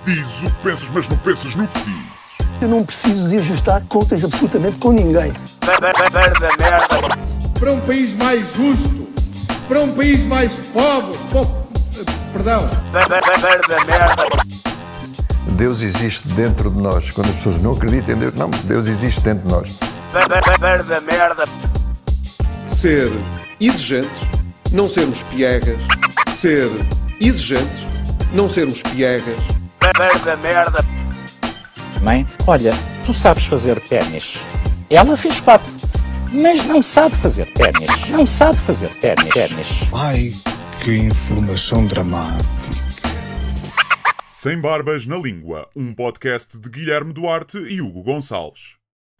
Dizes o que pensas, mas não pensas no que dizes. Eu não preciso de ajustar contas absolutamente com ninguém. Para um país mais justo, para um país mais pobre, perdão. Deus existe dentro de nós. Quando as pessoas não acreditam em Deus, não, Deus existe dentro de nós. Ser exigente, não sermos piegas. Ser exigente, não sermos piegas. Mãe, olha, tu sabes fazer ténis. Ela fez 4, mas não sabe fazer ténis. Não sabe fazer ténis. Ai, que informação dramática. Sem Barbas na Língua, um podcast de Guilherme Duarte e Hugo Gonçalves.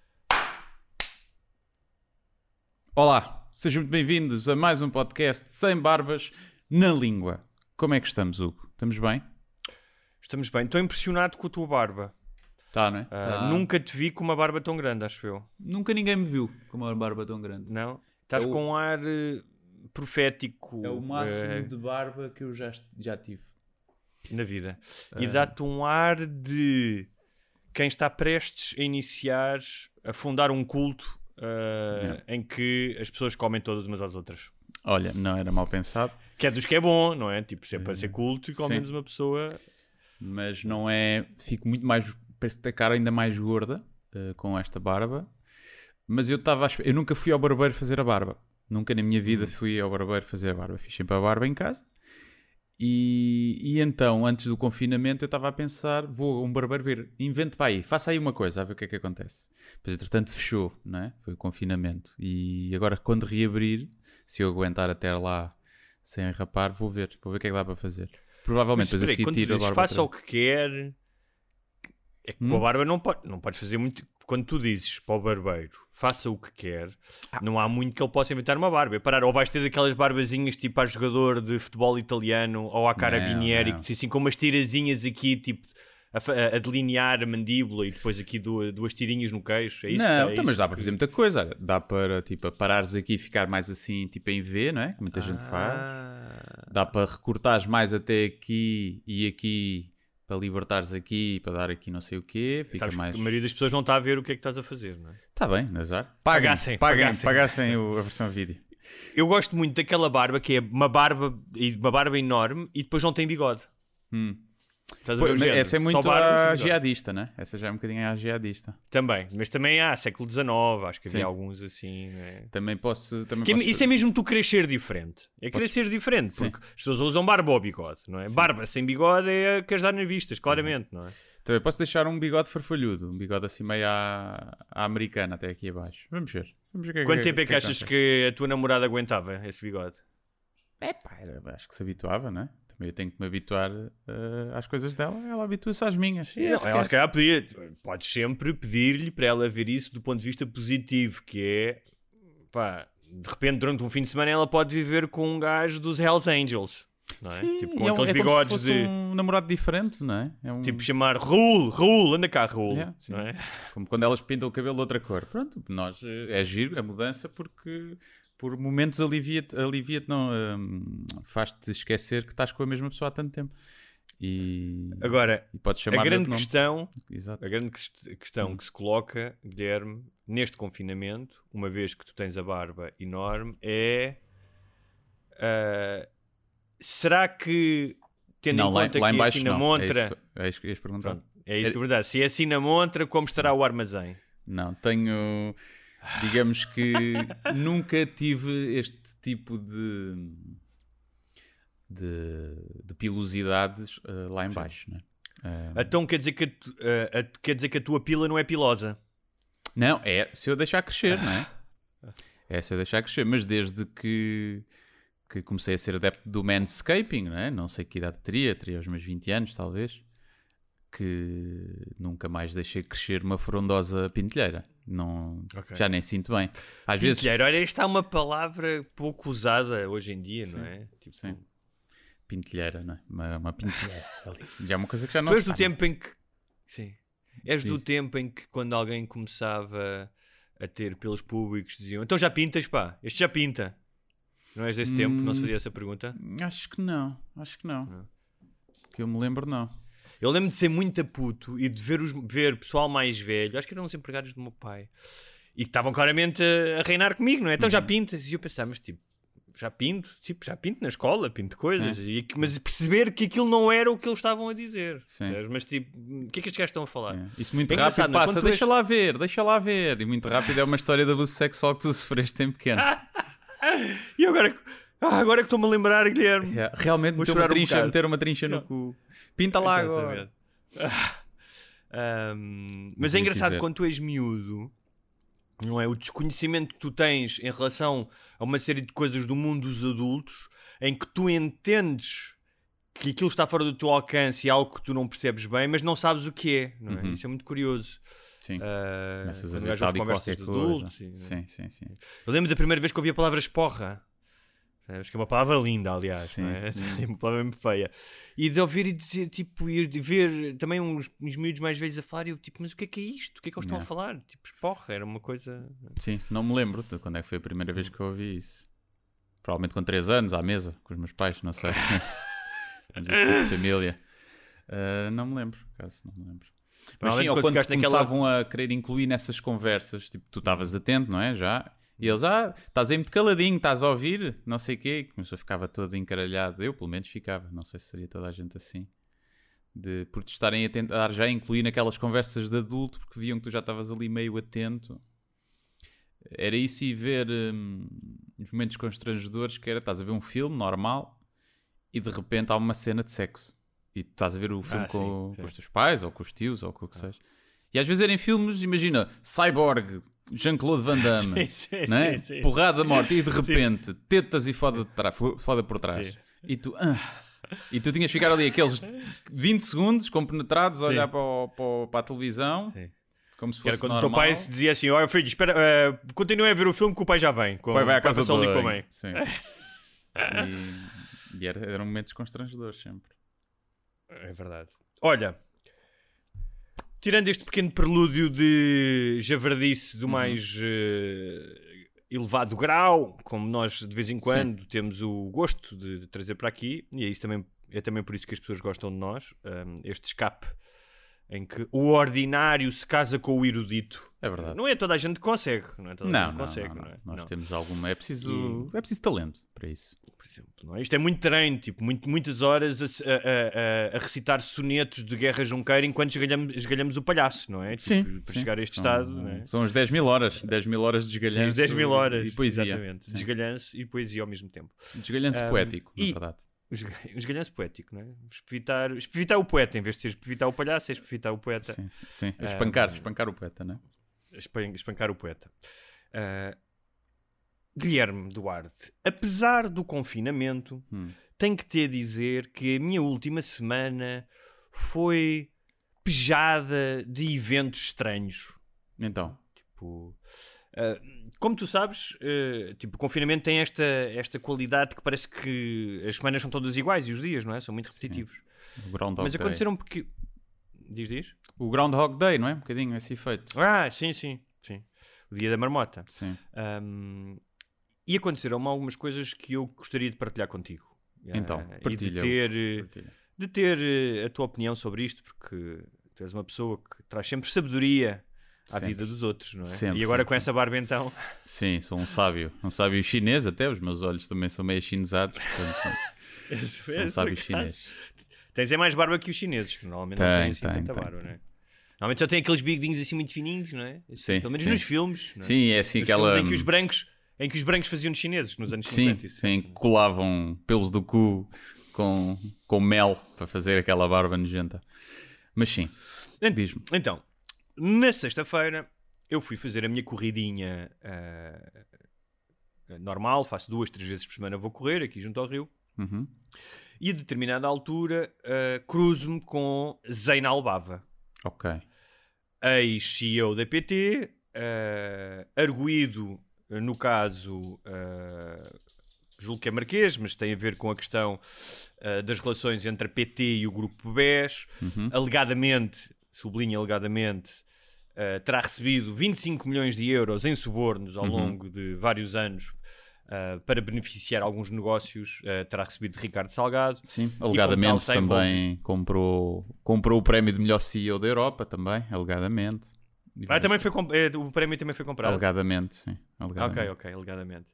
Olá, sejam muito bem-vindos a mais um podcast Sem Barbas na Língua. Como é que estamos, Hugo? Estamos bem? Estamos bem. Estou impressionado com a tua barba. Tá, não é? Nunca te vi com uma barba tão grande, acho eu. Nunca ninguém me viu com uma barba tão grande. Não? Estás com um ar profético. É o máximo de barba que eu já tive. Na vida. E dá-te um ar de quem está prestes a iniciar, a fundar um culto em que as pessoas comem todas umas às outras. Olha, não era mal pensado. Que é dos que é bom, não é? Tipo, se é para ser culto e com ao menos uma pessoa... Mas não é... Fico muito mais... Parece ter a cara ainda mais gorda com esta barba. Mas eu nunca fui ao barbeiro fazer a barba. Nunca na minha vida fui ao barbeiro fazer a barba. Fiz sempre a barba em casa. E então, antes do confinamento, eu estava a pensar, vou a um barbeiro ver, invente para aí, faça aí uma coisa, a ver o que é que acontece. Pois, entretanto, fechou, não é? Foi o confinamento. E agora, quando reabrir, se eu aguentar até lá sem rapar, vou ver o que é que dá para fazer. Provavelmente, mas, depois a seguir tiro a barba. Faça o que quer. É que com a barba não podes fazer muito. Quando tu dizes para o barbeiro, faça o que quer, não há muito que ele possa inventar uma barba. É parar, ou vais ter daquelas barbazinhas tipo a jogador de futebol italiano ou à Carabinieri, assim, com umas tirazinhas aqui, tipo a delinear a mandíbula e depois aqui duas tirinhas no queixo. É isso mas dá para fazer muita coisa. Dá para tipo, parares aqui e ficar mais assim, tipo em V, não é? Que muita gente faz. Dá para recortares mais até aqui e aqui. Para libertares aqui, para dar aqui não sei o quê. Fica Sabes mais... que a maioria das pessoas não está a ver o que é que estás a fazer, não é? Está bem, azar. Pagassem a versão vídeo. Eu gosto muito daquela barba que é uma barba enorme e depois não tem bigode. Estás a ver o género? Essa é muito a jihadista, né? Essa já é um bocadinho a jihadista. Também, mas também há século XIX, acho que havia alguns assim, né? Também posso... Isso é mesmo tu querer ser diferente. É querer ser diferente, porque as pessoas usam barba ou bigode, não é? Sim. Barba sem bigode é a que as dá nas vistas, claramente, não é? Também posso deixar um bigode farfalhudo, um bigode assim meio à americana até aqui abaixo. Vamos ver. Quanto tempo é que achas que a tua namorada aguentava esse bigode? Acho que se habituava, não é? Também eu tenho que me habituar às coisas dela, ela habitua-se às minhas. Ela se calhar podes sempre pedir-lhe para ela ver isso do ponto de vista positivo, que é, pá, de repente durante um fim de semana ela pode viver com um gajo dos Hells Angels, não é? Sim, tipo, com aqueles bigodes como se fosse um namorado diferente, não é? Tipo chamar Raul, anda cá Raul, não é? Como quando elas pintam o cabelo de outra cor. Pronto, nós é giro a mudança porque... Por momentos alivia-te, não, faz-te esquecer que estás com a mesma pessoa há tanto tempo. Agora, e podes chamar a grande questão Exato. Que se coloca, Guilherme, neste confinamento, uma vez que tu tens a barba enorme, é será que, tendo em conta que embaixo, assim na montra... É isso que ias perguntar. Pronto, é isso que é verdade. Se é assim na montra, como estará o armazém? Não, tenho... Digamos que nunca tive este tipo de pilosidades lá em baixo, não é? Então quer dizer que a tua pila não é pilosa? Não, é se eu deixar crescer, não é? É se eu deixar crescer, mas desde que comecei a ser adepto do manscaping, não é? Não sei que idade teria os meus 20 anos, talvez, que nunca mais deixei crescer uma frondosa pintelheira. Não, já nem sinto bem. Às vezes... Olha, esta é uma palavra pouco usada hoje em dia, não é? Tipo... Sim. Pintelheira, não é? Uma pintelheira. Já é uma coisa que já não... Tu és do tempo em que... Sim. És do tempo em que quando alguém começava a ter pelos públicos diziam, então já pintas, pá, este já pinta. Não és desse tempo? Não se fazia essa pergunta? Acho que não. Que eu me lembro, não. Eu lembro de ser muito puto e de ver pessoal mais velho, acho que eram os empregados do meu pai, e que estavam claramente a reinar comigo, não é? Então já pintas. E eu pensava, mas tipo, já pinto na escola, pinto coisas, mas perceber que aquilo não era o que eles estavam a dizer. Mas tipo, o que é que estes gajos estão a falar? Isso muito rápido passa, deixa lá ver. E muito rápido é uma história de abuso sexual que tu sofreste em pequeno. E agora que estou-me a lembrar, Guilherme. Realmente meter uma trincha no cu. Pinta lá agora. Mas é engraçado quando tu és miúdo, não é? O desconhecimento que tu tens em relação a uma série de coisas do mundo dos adultos, em que tu entendes que aquilo está fora do teu alcance e é algo que tu não percebes bem, mas não sabes o que é, não é? Isso é muito curioso. Sim. Começas a ver tal e qualquer coisa. Sim. Eu lembro da primeira vez que ouvi a palavra esporra. Acho que é uma palavra linda, aliás, não é? É uma palavra mesmo feia. E de ouvir e dizer, tipo, e de ver também uns miúdos mais velhos a falar, e eu tipo, mas o que é isto? O que é que eles estão a falar? Tipo, esporra, era uma coisa... Sim, não me lembro de quando é que foi a primeira vez que eu ouvi isso. Provavelmente com 3 anos, à mesa, com os meus pais, não sei. Mas esse tipo de família. Não me lembro, caso não me lembro. Mas sim, ou quando começavam a querer incluir nessas conversas, tipo, tu estavas atento, não é? Já... E eles, estás aí muito caladinho, estás a ouvir, não sei o quê. E começou a ficava todo encaralhado. Eu, pelo menos, ficava. Não sei se seria toda a gente assim. Por te estarem a tentar já incluir naquelas conversas de adulto, porque viam que tu já estavas ali meio atento. Era isso, e ver os momentos constrangedores, que era, estás a ver um filme normal e de repente há uma cena de sexo. E tu estás a ver o filme com os teus pais, ou com os tios, ou com o que seja. E às vezes eram filmes, imagina, Cyborg, Jean-Claude Van Damme, né? Porrada da morte, e de repente, tetas e foda por trás. E tu tinhas ficado ali aqueles 20 segundos compenetrados a olhar para a televisão, como se fosse normal. Quando o teu pai se dizia assim, olha filho, espera, continue a ver o filme que o pai já vem. O pai vai à casa do banho. E eram momentos constrangedores sempre. É verdade. Olha... Tirando este pequeno prelúdio de javardice do mais elevado grau, como nós de vez em quando temos o gosto de trazer para aqui, e é também por isso que as pessoas gostam de nós, este escape em que o ordinário se casa com o erudito. É verdade. Não é toda a gente que consegue. Não. Nós temos alguma... É preciso talento para isso. Por exemplo, não é? Isto é muito treino, tipo, muitas horas a recitar sonetos de Guerra Junqueira enquanto esgalhamos o palhaço, não é? Tipo, para chegar a este estado. Não é? São as 10 mil horas. 10 mil horas de esgalhanço. 10 mil horas. E poesia. Exatamente. De esgalhanço e poesia ao mesmo tempo. Desgalhanço poético, na verdade. Um esgalhanço poético, não é? Espevitar o poeta, em vez de ser espevitar o palhaço, é espevitar o poeta. Sim. Espancar o poeta, não é? Espancar o poeta. Guilherme Duarte, apesar do confinamento, tenho que te dizer que a minha última semana foi pejada de eventos estranhos. Então? Tipo... como tu sabes, tipo, o confinamento tem esta qualidade que parece que as semanas são todas iguais e os dias, não é? São muito repetitivos. O Groundhog Mas aconteceram Day. porque... Diz? O Groundhog Day, não é? Um bocadinho esse efeito. Sim. O dia da marmota. Sim. E aconteceram-me algumas coisas que eu gostaria de partilhar contigo. Então, partilha. De ter a tua opinião sobre isto, porque tu és uma pessoa que traz sempre sabedoria à vida dos outros, não é? Sempre, e agora com essa barba então... Sim, sou um sábio chinês até, os meus olhos também são meio chinesados, portanto sou um sábio chinês. Tens mais barba que os chineses, que normalmente não têm assim tanta barba, não é? Normalmente só tem aqueles bigodinhos assim muito fininhos, não é? Assim, sim, pelo menos nos filmes. Não é? Sim, é assim aquela... Em que os brancos faziam de chineses nos anos 50. Sim, colavam pelos do cu com mel para fazer aquela barba nojenta. Mas sim, diz-me. Então, na sexta-feira eu fui fazer a minha corridinha normal, faço 2-3 vezes por semana, vou correr aqui junto ao rio. E a determinada altura cruzo-me com Zainal Bava. Ok. Ex-CEO da PT, arguído, no caso, julgo que é marquês, mas tem a ver com a questão das relações entre a PT e o grupo BES. Alegadamente, sublinho alegadamente, terá recebido 25 milhões de euros em subornos ao longo de vários anos para beneficiar alguns negócios, terá recebido de Ricardo Salgado. Sim, alegadamente tal, também comprou o prémio de melhor CEO da Europa, também, alegadamente. Também foi o prémio também foi comprado. Alegadamente, sim. Alegadamente. Ok, alegadamente.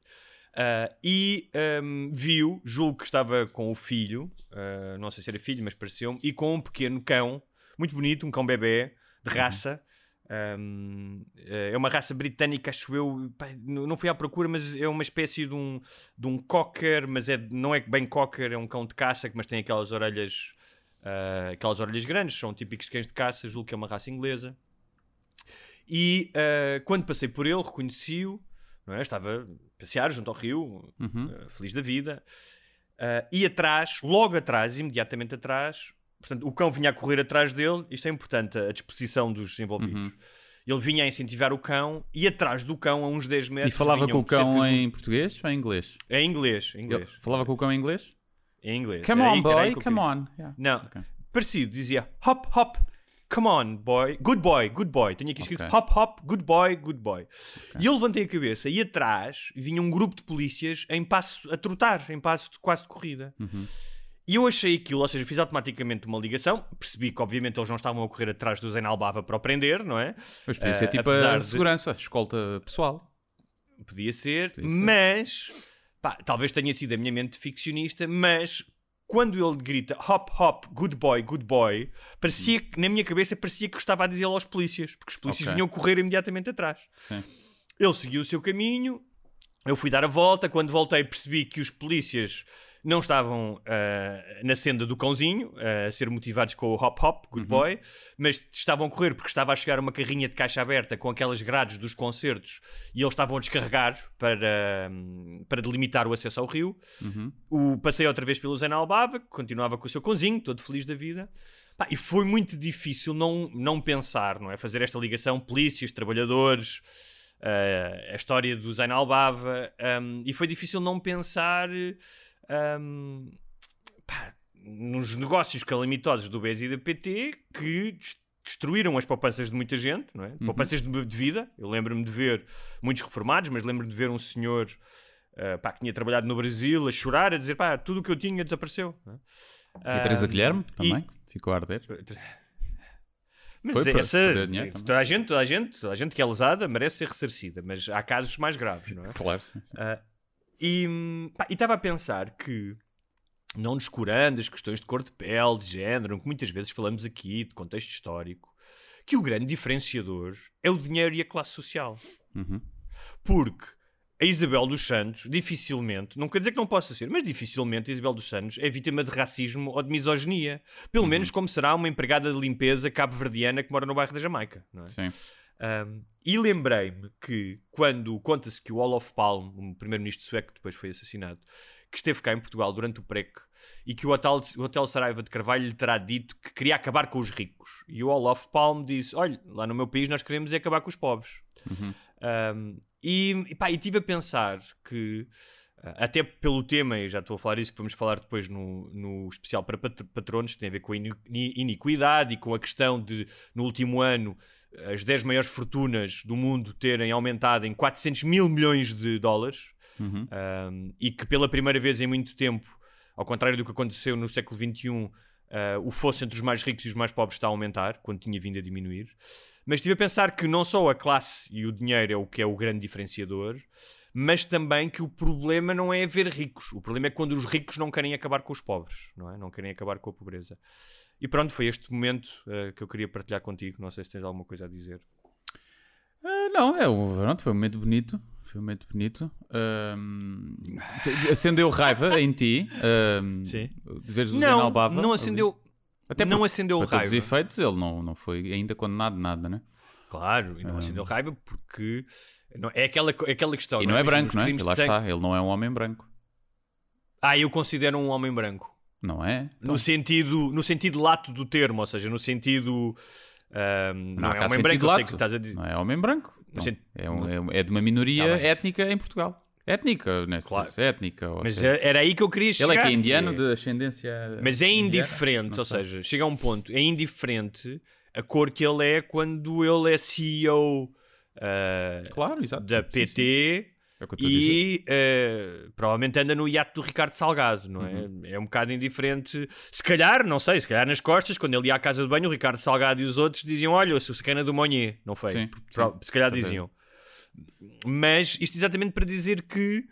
Viu, julgo que estava com o filho, não sei se era filho, mas pareceu-me, e com um pequeno cão, muito bonito, um cão bebê, de raça. É uma raça britânica, acho eu. Não fui à procura, mas é uma espécie de um cocker, mas não é bem cocker, é um cão de caça, mas tem aquelas orelhas grandes, são típicos cães de caça, julgo que é uma raça inglesa. E quando passei por ele, reconheci-o, não é? Estava a passear junto ao rio, feliz da vida, e logo atrás, imediatamente atrás, portanto, o cão vinha a correr atrás dele. Isto é importante, a disposição dos envolvidos. Ele vinha a incentivar o cão, e atrás do cão, a uns 10 metros... E falava com o cão em português ou em inglês? Em inglês. Falava com o cão em inglês? Em inglês. Come on, boy, come on. Yeah. Não, Okay. Parecido, dizia hop, hop, come on, boy, good boy. Tenho aqui escrito hop, hop, good boy. Okay. E eu levantei a cabeça, e atrás vinha um grupo de polícias a trotar, em passo quase de corrida. E eu achei aquilo, ou seja, fiz automaticamente uma ligação, percebi que obviamente eles não estavam a correr atrás do Zain Al-Bava para o prender, não é? Mas podia ser tipo a segurança, escolta pessoal. Podia ser, mas talvez tenha sido a minha mente ficcionista, mas quando ele grita hop, hop, good boy, parecia que, na minha cabeça, parecia que estava a dizer aos polícias, porque os polícias vinham correr imediatamente atrás. Sim. Ele seguiu o seu caminho, eu fui dar a volta, quando voltei percebi que os polícias não estavam na senda do cãozinho, a ser motivados com o hop hop, good boy, mas estavam a correr porque estava a chegar uma carrinha de caixa aberta com aquelas grades dos concertos, e eles estavam a descarregar para delimitar o acesso ao rio. Passei outra vez pelo Zain Al-Bava, que continuava com o seu cãozinho, todo feliz da vida. E foi muito difícil não pensar, não é? Fazer esta ligação, polícias, trabalhadores, a história do Zain Al-Bava, e foi difícil não pensar nos negócios calamitosos do BES e da PT, que destruíram as poupanças de muita gente, não é? Poupanças de vida. Eu lembro-me de ver muitos reformados, mas lembro-me de ver um senhor que tinha trabalhado no Brasil a chorar, a dizer tudo o que eu tinha desapareceu, não é? E a Teresa Guilherme também ficou a arder. Mas toda a gente que é lesada merece ser ressarcida, mas há casos mais graves, não é? Claro, sim. E estava a pensar que, não descurando as questões de cor de pele, de género, que muitas vezes falamos aqui, de contexto histórico, que o grande diferenciador é o dinheiro e a classe social. Porque a Isabel dos Santos, dificilmente, não quer dizer que não possa ser, mas dificilmente a Isabel dos Santos é vítima de racismo ou de misoginia. Pelo menos como será uma empregada de limpeza cabo-verdiana que mora no bairro da Jamaica, não é? Sim. E lembrei-me que, quando conta-se que o Olof Palme, o primeiro-ministro sueco que depois foi assassinado, que esteve cá em Portugal durante o PREC, e que o Hotel Saraiva de Carvalho lhe terá dito que queria acabar com os ricos. E o Olof Palme disse: olha, lá no meu país nós queremos acabar com os pobres. E estive a pensar que, até pelo tema, e já estou a falar isso, que vamos falar depois no especial para patronos, que tem a ver com a iniquidade e com a questão de, no último ano, as 10 maiores fortunas do mundo terem aumentado em 400 mil milhões de dólares, e que pela primeira vez em muito tempo, ao contrário do que aconteceu no século XXI, o fosso entre os mais ricos e os mais pobres está a aumentar, quando tinha vindo a diminuir. Mas estive a pensar que não só a classe e o dinheiro é o que é o grande diferenciador, mas também que o problema não é haver ricos. O problema é quando os ricos não querem acabar com os pobres, não é? Não querem acabar com a pobreza. E pronto, foi este momento que eu queria partilhar contigo. Não sei se tens alguma coisa a dizer. Não, foi um momento bonito. Foi um momento bonito. Acendeu raiva em ti. Sim. De veres o Zain Al-Bava. Não acendeu. Até não acendeu raiva. Para todos os efeitos, ele não foi ainda condenado de nada, né? Claro, e não acendeu raiva porque é aquela questão. E não é branco, não é? E lá está, ele não é um homem branco. Eu considero um homem branco. Não é? Então... No sentido lato do termo, ou seja, no sentido... não é homem branco, eu sei que estás a dizer. Não é homem branco. É de uma minoria étnica em Portugal. Étnica, né? Claro. Étnica. Mas era aí que eu queria chegar. Ele é que é indiano, de ascendência... Mas é indiferente, ou seja, chega a um ponto, é indiferente a cor que ele é quando ele é CEO claro, exato. da PT, É o que eu estou a dizer. E provavelmente anda no iate do Ricardo Salgado, não é? É um bocado indiferente. Se calhar, não sei, se calhar nas costas, quando ele ia à casa de banho, o Ricardo Salgado e os outros diziam: olha, eu sou sacana do Monnier. Não foi? Sim, Se calhar diziam. Mas isto exatamente para dizer que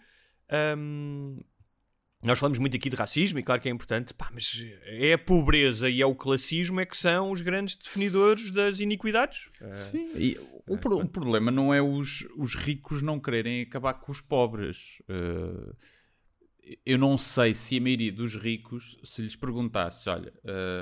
nós falamos muito aqui de racismo e claro que é importante, mas é a pobreza e é o classismo é que são os grandes definidores das iniquidades. Sim, e o problema não é os ricos não quererem acabar com os pobres. Eu não sei se a maioria dos ricos, se lhes perguntasse, olha,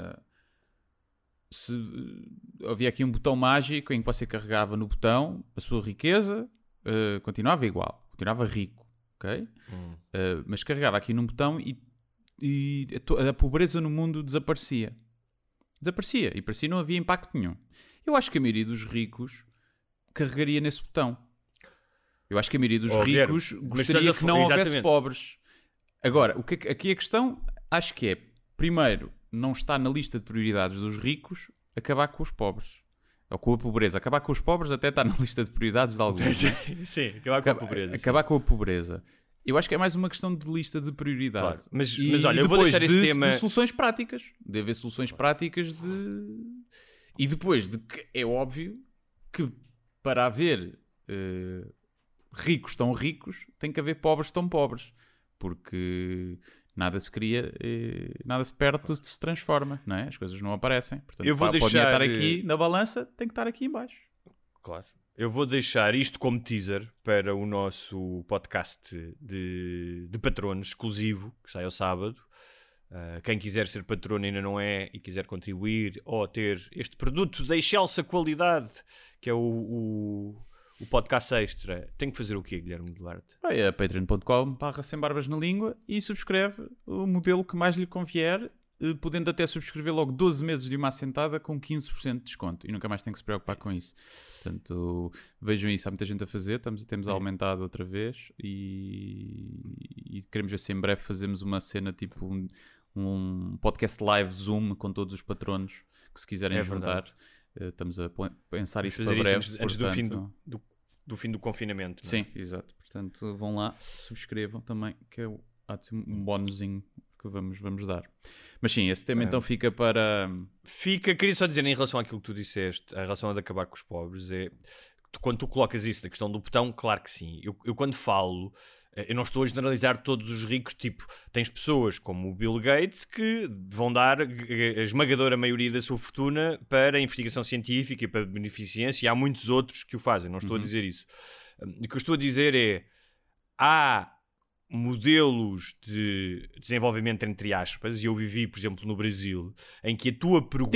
se havia aqui um botão mágico em que você carregava no botão, a sua riqueza continuava igual, continuava rico. Okay? Mas carregava aqui num botão e a pobreza no mundo desaparecia. E para si não havia impacto nenhum. Eu acho que a maioria dos ricos carregaria nesse botão. Eu acho que a maioria dos ricos gostaria que não houvesse pobres. Agora, aqui a questão acho que é, primeiro, não está na lista de prioridades dos ricos acabar com os pobres. Ou com a pobreza. Acabar com os pobres até está na lista de prioridades de alguns. Sim, acabar com a pobreza. Acabar com a pobreza. Eu acho que é mais uma questão de lista de prioridade. Claro. Mas olha, eu vou deixar esse tema... de soluções práticas. De haver soluções práticas E depois de que é óbvio que para haver ricos tão ricos tem que haver pobres tão pobres. Porque... nada se cria, nada se perde, tudo se transforma, não é? As coisas não aparecem. Portanto, eu vou pode estar aqui na balança, tem que estar aqui em baixo. Claro. Eu vou deixar isto como teaser para o nosso podcast de patronos exclusivo, que sai ao sábado. Quem quiser ser patrono ainda não é e quiser contribuir ou ter este produto da excelsa qualidade, que é o podcast extra, tem que fazer o quê, Guilherme Duarte? Vai a patreon.com/sembarbas na língua e subscreve o modelo que mais lhe convier, podendo até subscrever logo 12 meses de uma assentada com 15% de desconto e nunca mais tem que se preocupar com isso. Portanto, vejam isso, há muita gente a fazer, temos aumentado outra vez e queremos ver se em breve fazemos uma cena tipo um podcast live Zoom com todos os patronos que se quiserem juntar. Estamos a pensar isso para breve. Antes do fim do confinamento. Não é? Sim, exato. Portanto, vão lá, subscrevam também, que há de ser um bónusinho que vamos dar. Mas sim, esse tema então fica para... Queria só dizer em relação àquilo que tu disseste, a relação de acabar com os pobres, quando tu colocas isso na questão do botão, claro que sim. Eu quando falo, eu não estou a generalizar todos os ricos, tipo, tens pessoas como o Bill Gates que vão dar a esmagadora maioria da sua fortuna para a investigação científica e para a beneficência, e há muitos outros que o fazem, não estou a dizer isso. O que eu estou a dizer é, há modelos de desenvolvimento entre aspas, e eu vivi, por exemplo, no Brasil, em que a tua pergunta...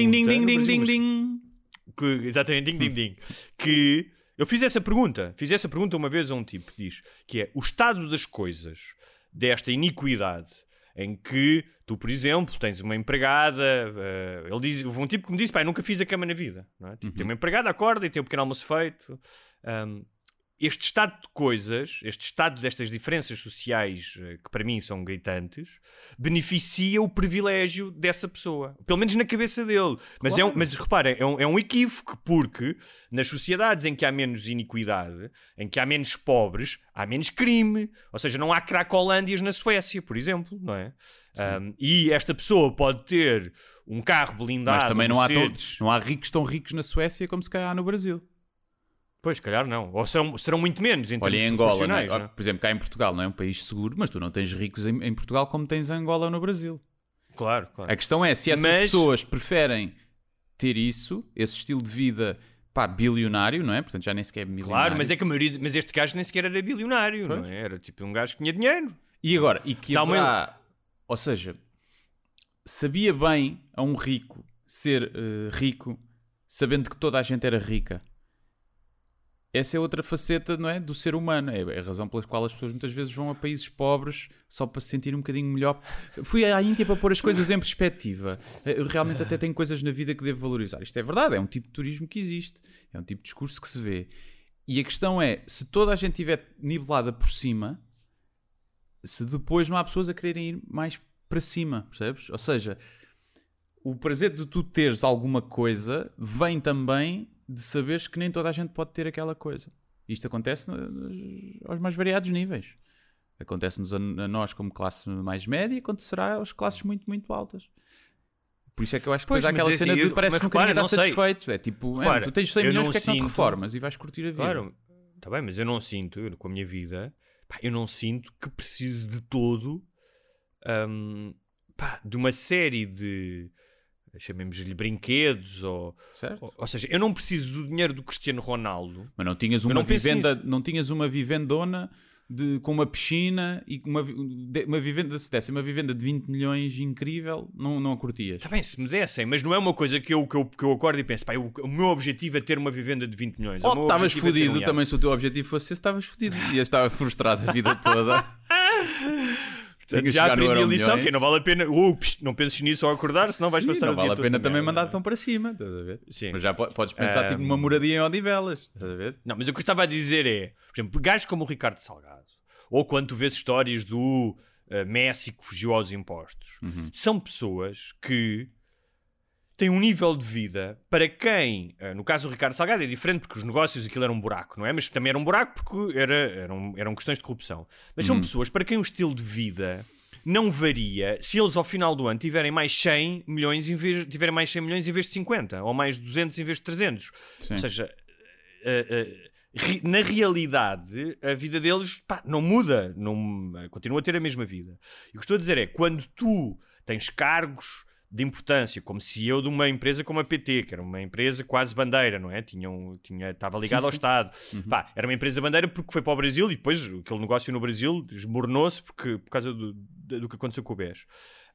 Exatamente, que eu fiz essa pergunta uma vez a um tipo que diz que é o estado das coisas desta iniquidade em que tu, por exemplo, tens uma empregada, houve um tipo que me disse, pai, nunca fiz a cama na vida, não é? Tipo, tem uma empregada, acorda e tem um pequeno almoço feito. Este estado de coisas, este estado destas diferenças sociais que para mim são gritantes, beneficia o privilégio dessa pessoa. Pelo menos na cabeça dele. Claro. Mas reparem, é um equívoco, porque nas sociedades em que há menos iniquidade, em que há menos pobres, há menos crime. Ou seja, não há cracolândias na Suécia, por exemplo, não é? E esta pessoa pode ter um carro blindado... Mas também não há ricos tão ricos na Suécia como se calhar há no Brasil. Pois, calhar não. Ou serão muito menos em termos em Angola, não é? Por exemplo, cá em Portugal não é um país seguro, mas tu não tens ricos em Portugal como tens em Angola ou no Brasil. Claro. A questão é, se essas pessoas preferem ter isso, esse estilo de vida, bilionário, não é? Portanto, já nem sequer é milionário. Claro, mas é que mas este gajo nem sequer era bilionário, não é? Era tipo um gajo que tinha dinheiro. E agora? E que ou seja, sabia bem a um rico ser rico sabendo que toda a gente era rica. Essa é outra faceta, não é, do ser humano. É a razão pela qual as pessoas muitas vezes vão a países pobres só para se sentir um bocadinho melhor. Fui à Índia para pôr as coisas em perspectiva. Eu realmente até tenho coisas na vida que devo valorizar. Isto é verdade, é um tipo de turismo que existe. É um tipo de discurso que se vê. E a questão é, se toda a gente estiver nivelada por cima, se depois não há pessoas a quererem ir mais para cima, percebes? Ou seja, o prazer de tu teres alguma coisa vem também de saberes que nem toda a gente pode ter aquela coisa. Isto acontece aos mais variados níveis. Acontece-nos a nós como classe mais média e acontecerá às classes muito, muito altas. Por isso é que eu acho que depois há aquela cena de parece que nunca ninguém está satisfeito. É tipo, tu tens 100 milhões, porque é que não te reformas? E vais curtir a vida. Claro, está bem, mas eu não sinto, com a minha vida, eu não sinto que preciso de todo de uma série de, chamemos-lhe brinquedos, ou seja, eu não preciso do dinheiro do Cristiano Ronaldo. Mas não tinhas uma vivendona com uma piscina e uma vivenda, se desse uma vivenda de 20 milhões incrível, não a curtias. Está bem, se me dessem, mas não é uma coisa que eu acordo e penso, o meu objetivo é ter uma vivenda de 20 milhões. Ou estavas fodido também, se o teu objetivo fosse esse, estavas fodido. E eu estava frustrado a vida toda. Já aprendi a lição, que não vale a pena. Não penses nisso ao acordar, senão vais passar o dia todo. Não vale a pena também mandar tão para cima, estás a ver? Sim. Mas já podes pensar tipo numa moradia em Odivelas, estás a ver? Não, mas o que eu estava a dizer é, por exemplo, gajos como o Ricardo Salgado, ou quando tu vês histórias do Messi que fugiu aos impostos, são pessoas que têm um nível de vida para quem, no caso do Ricardo Salgado é diferente porque os negócios aquilo era um buraco, não é? Mas também era um buraco porque eram questões de corrupção. Mas são pessoas para quem o estilo de vida não varia se eles ao final do ano tiverem mais 100 milhões em vez de 50, ou mais 200 em vez de 300. Sim. Ou seja, na realidade a vida deles não muda, continua a ter a mesma vida. E o que estou a dizer é, quando tu tens cargos de importância, como CEO de uma empresa como a PT, que era uma empresa quase bandeira, não é? Estava ligado ao Estado. Era uma empresa bandeira porque foi para o Brasil e depois aquele negócio no Brasil desmoronou-se por causa do que aconteceu com o BES.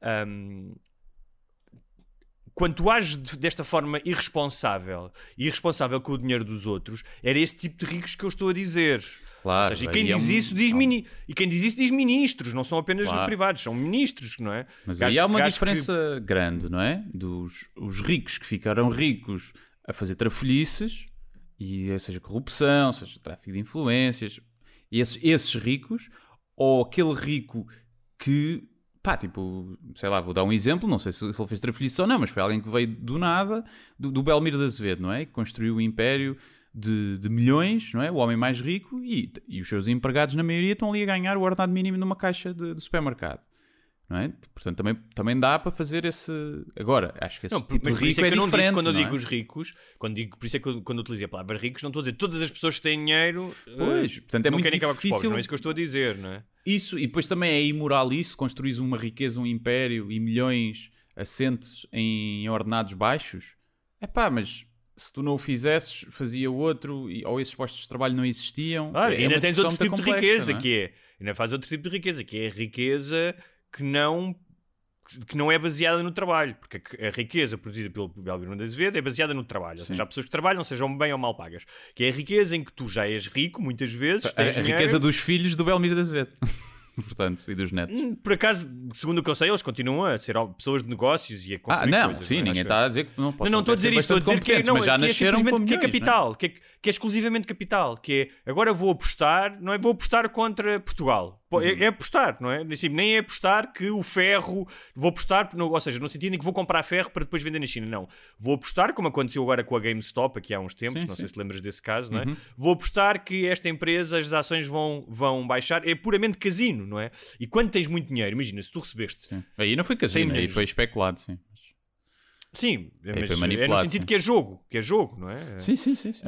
Quando tu ages desta forma irresponsável com o dinheiro dos outros, era esse tipo de ricos que eu estou a dizer. Claro, ou seja, e quem diz isso diz ministros, não são apenas privados, são ministros, não é? Mas aí há uma diferença grande, não é? Os ricos que ficaram ricos a fazer trafolhices, e seja corrupção, seja tráfico de influências, esses ricos, ou aquele rico que, sei lá, vou dar um exemplo, não sei se ele fez trafolhice ou não, mas foi alguém que veio do nada, do Belmiro de Azevedo, não é? Que construiu o império de milhões, não é? O homem mais rico e os seus empregados, na maioria, estão ali a ganhar o ordenado mínimo numa caixa de supermercado, não é? Portanto, também dá para fazer esse... Agora, acho que esse tipo de rico é diferente, quando eu digo os ricos, por isso é que quando utilizei a palavra ricos, não estou a dizer todas as pessoas que têm dinheiro portanto, é não muito querem acabar com os pobres, difícil. não é isso que eu estou a dizer, não é? Isso, e depois também é imoral isso, construís uma riqueza, um império e milhões assentes em ordenados baixos. Mas se tu não o fizesses, fazia outro, ou esses postos de trabalho não existiam. Ainda tens outro tipo de riqueza, ainda faz outro tipo de riqueza, que é a riqueza que não é baseada no trabalho, porque a riqueza produzida pelo Belmiro de Azevedo é baseada no trabalho, ou seja, há pessoas que trabalham, sejam bem ou mal pagas, que é a riqueza em que tu já és rico, muitas vezes, a riqueza dos filhos do Belmiro de Azevedo. Portanto, e dos netos. Por acaso, segundo o que eu sei, eles continuam a ser pessoas de negócios e a construir coisas. Ninguém está a dizer que não posso. Não estou a dizer isto, estou a dizer mas já nasceram com milhões, que é capital, que é exclusivamente capital, que é, agora vou apostar, não é? Vou apostar contra Portugal. É apostar, não é? Nem é apostar que o ferro, vou apostar, ou seja, no sentido em que vou comprar ferro para depois vender na China, não. Vou apostar, como aconteceu agora com a GameStop, aqui há uns tempos, não sei se lembras desse caso, não é? Vou apostar que esta empresa, as ações vão baixar, é puramente casino, não é? E quando tens muito dinheiro, imagina, se tu recebeste... Sim. Aí não foi casino, aí foi especulado, sim. Sim, mas é no sentido que é jogo, não é? Sim.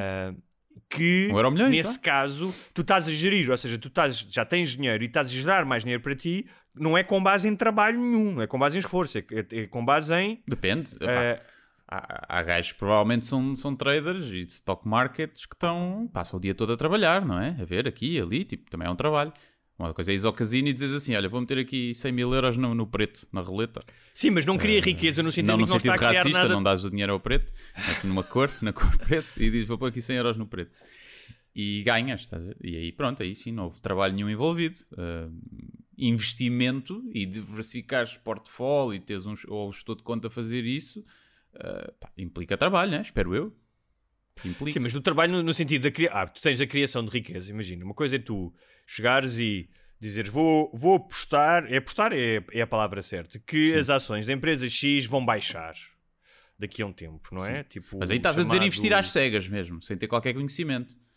Que nesse caso tu estás a gerir, ou seja, já tens dinheiro e estás a gerar mais dinheiro para ti, não é com base em trabalho nenhum, não é com base em esforço, é com base em... Depende. Há gajos que provavelmente são traders e de stock markets que passam o dia todo a trabalhar, não é? A ver aqui e ali, também é um trabalho. Uma coisa é ir ao casino e dizes assim, olha, vou meter aqui 100 mil euros no preto, na roleta. Sim, mas não cria riqueza no sentido de que não está a criar racista, nada. Não dás o dinheiro ao preto, mas na cor preto, e dizes, vou pôr aqui 100 euros no preto. E ganhas, estás a ver? E aí pronto, aí sim, não houve trabalho nenhum envolvido. Investimento e diversificares portfólio e teres ou gestor de conta a fazer isso, implica trabalho, né? Espero eu. Implica. Sim, mas do trabalho no sentido da criação. Tu tens a criação de riqueza, imagina. Uma coisa é tu chegares e dizeres vou apostar, é a palavra certa, que as ações da empresa X vão baixar daqui a um tempo, não é? Mas aí estás a dizer investir às cegas mesmo, sem ter qualquer conhecimento.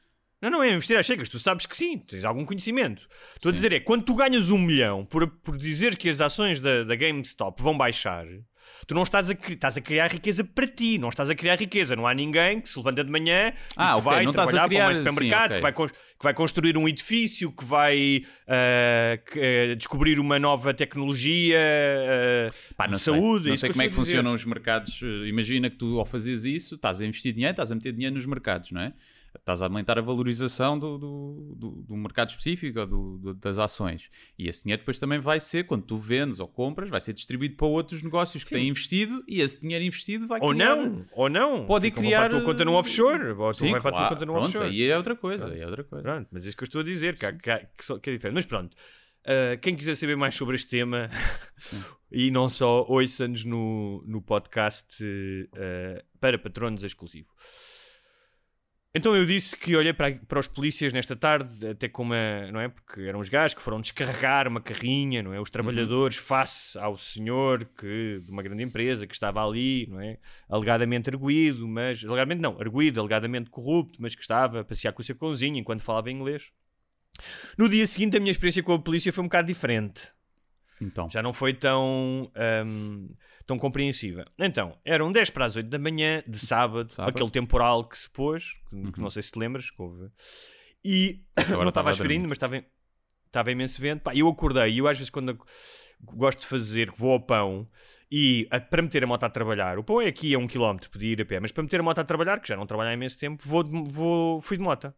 Não é investir às cegas. Tu sabes que sim, tens algum conhecimento. Estou a dizer quando tu ganhas 1 milhão por dizer que as ações da GameStop vão baixar, tu não estás a criar riqueza para ti, não estás a criar riqueza. Não há ninguém que se levanta de manhã e que vai não trabalhar criar, para um supermercado, que vai construir um edifício, que vai descobrir uma nova tecnologia de saúde. Não sei como é que funcionam os mercados. Imagina que tu, ao fazeres isso, estás a investir dinheiro, estás a meter dinheiro nos mercados, não é? Estás a aumentar a valorização do mercado específico ou das ações. E esse dinheiro depois também vai ser, quando tu vendes ou compras, vai ser distribuído para outros negócios que têm investido, e esse dinheiro investido vai criar... Ou não. Pode criar... Para a tua conta no offshore. Ou sim, vai para a tua conta no offshore. Aí é outra coisa. Pronto, mas é isso que eu estou a dizer, que é diferente. Mas pronto, quem quiser saber mais sobre este tema, e não só, ouça-nos no podcast para patronos exclusivo. Então eu disse que olhei para os polícias nesta tarde, até com não é? Porque eram os gajos que foram descarregar uma carrinha, não é? Os trabalhadores face ao senhor de uma grande empresa que estava ali, não é? Alegadamente arguido, alegadamente corrupto, mas que estava a passear com o seu cãozinho enquanto falava inglês. No dia seguinte a minha experiência com a polícia foi um bocado diferente. Então. Já não foi tão compreensiva. Então, eram 10 para as 8 da manhã de sábado. Aquele temporal que se pôs, que não sei se te lembras, que houve. E não estava a chover ainda, mas estava imenso vento. Pá, eu acordei, e eu às vezes quando gosto de fazer, vou ao pão, e para meter a moto a trabalhar, o pão é aqui a 1 km, podia ir a pé, mas para meter a moto a trabalhar, que já não trabalho há imenso tempo, fui de moto.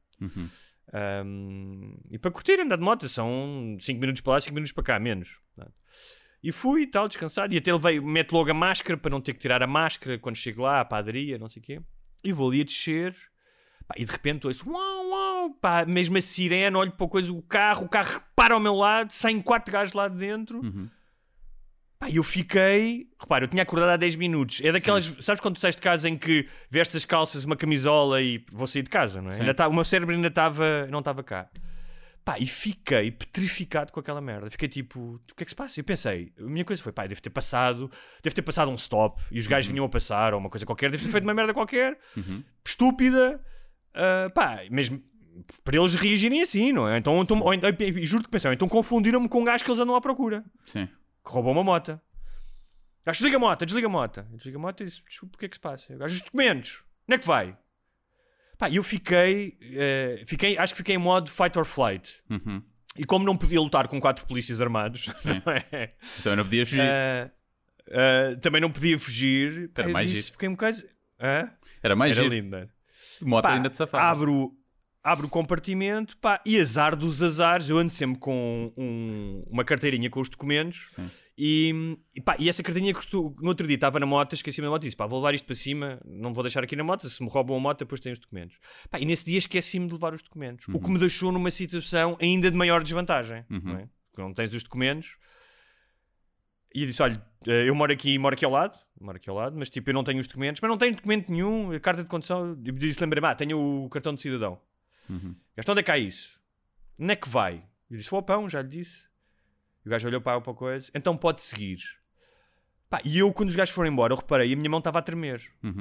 E para curtir andar de moto são 5 minutos para lá, 5 minutos para cá, menos. E fui e tal, descansar, e até meto logo a máscara para não ter que tirar a máscara quando chego lá, à padaria, não sei o quê. E vou ali a descer, pá, e de repente ouço pá, mesmo a sirene, olho para o carro para ao meu lado, saem 4 gajos lá de dentro. Pá, e eu fiquei, repara, eu tinha acordado há 10 minutos. É daquelas, sabes quando tu sais de casa em que vestes as calças, uma camisola e vou sair de casa, não é? O meu cérebro ainda não estava cá. Pá, e fiquei petrificado com aquela merda. Fiquei tipo, o que é que se passa? Eu pensei, a minha coisa foi, pá, deve ter passado um stop e os gajos vinham a passar ou uma coisa qualquer, deve ter feito uma merda qualquer, estúpida, pá, mesmo para eles reagirem assim, não é? Então juro que pensei, então confundiram-me com um gajo que eles andam à procura. Sim. Que roubou uma moto. Gajo, desliga a moto. Desliga a moto e disse, desculpa, o que é que se passa? Gajo, os documentos, onde é que vai? Pá, eu fiquei acho que fiquei em modo fight or flight. E como não podia lutar com 4 polícias armados, também não podia fugir. Também não podia fugir. Era mais giro. Fiquei um bocado... Era mais giro. Lindo, né? Moto ainda te safava. Abro o compartimento, pá, e azar dos azares, eu ando sempre com uma carteirinha com os documentos. Sim. E essa carteirinha que no outro dia estava na moto, esqueci-me da moto e disse, pá, vou levar isto para cima, não vou deixar aqui na moto, se me roubam a moto depois tenho os documentos. Pá, e nesse dia esqueci-me de levar os documentos, o que me deixou numa situação ainda de maior desvantagem, não é? Porque não tens os documentos. E eu disse, olha, eu moro aqui ao lado, mas tipo, eu não tenho os documentos, mas não tenho documento nenhum, a carta de condução, e disse, lembrei-me, tenho o cartão de cidadão. Gajo, onde é que há isso? Onde é que vai? Eu disse, vou ao pão, já lhe disse. E o gajo olhou para a coisa, então pode seguir. Pá, e eu, quando os gajos foram embora, eu reparei, a minha mão estava a tremer.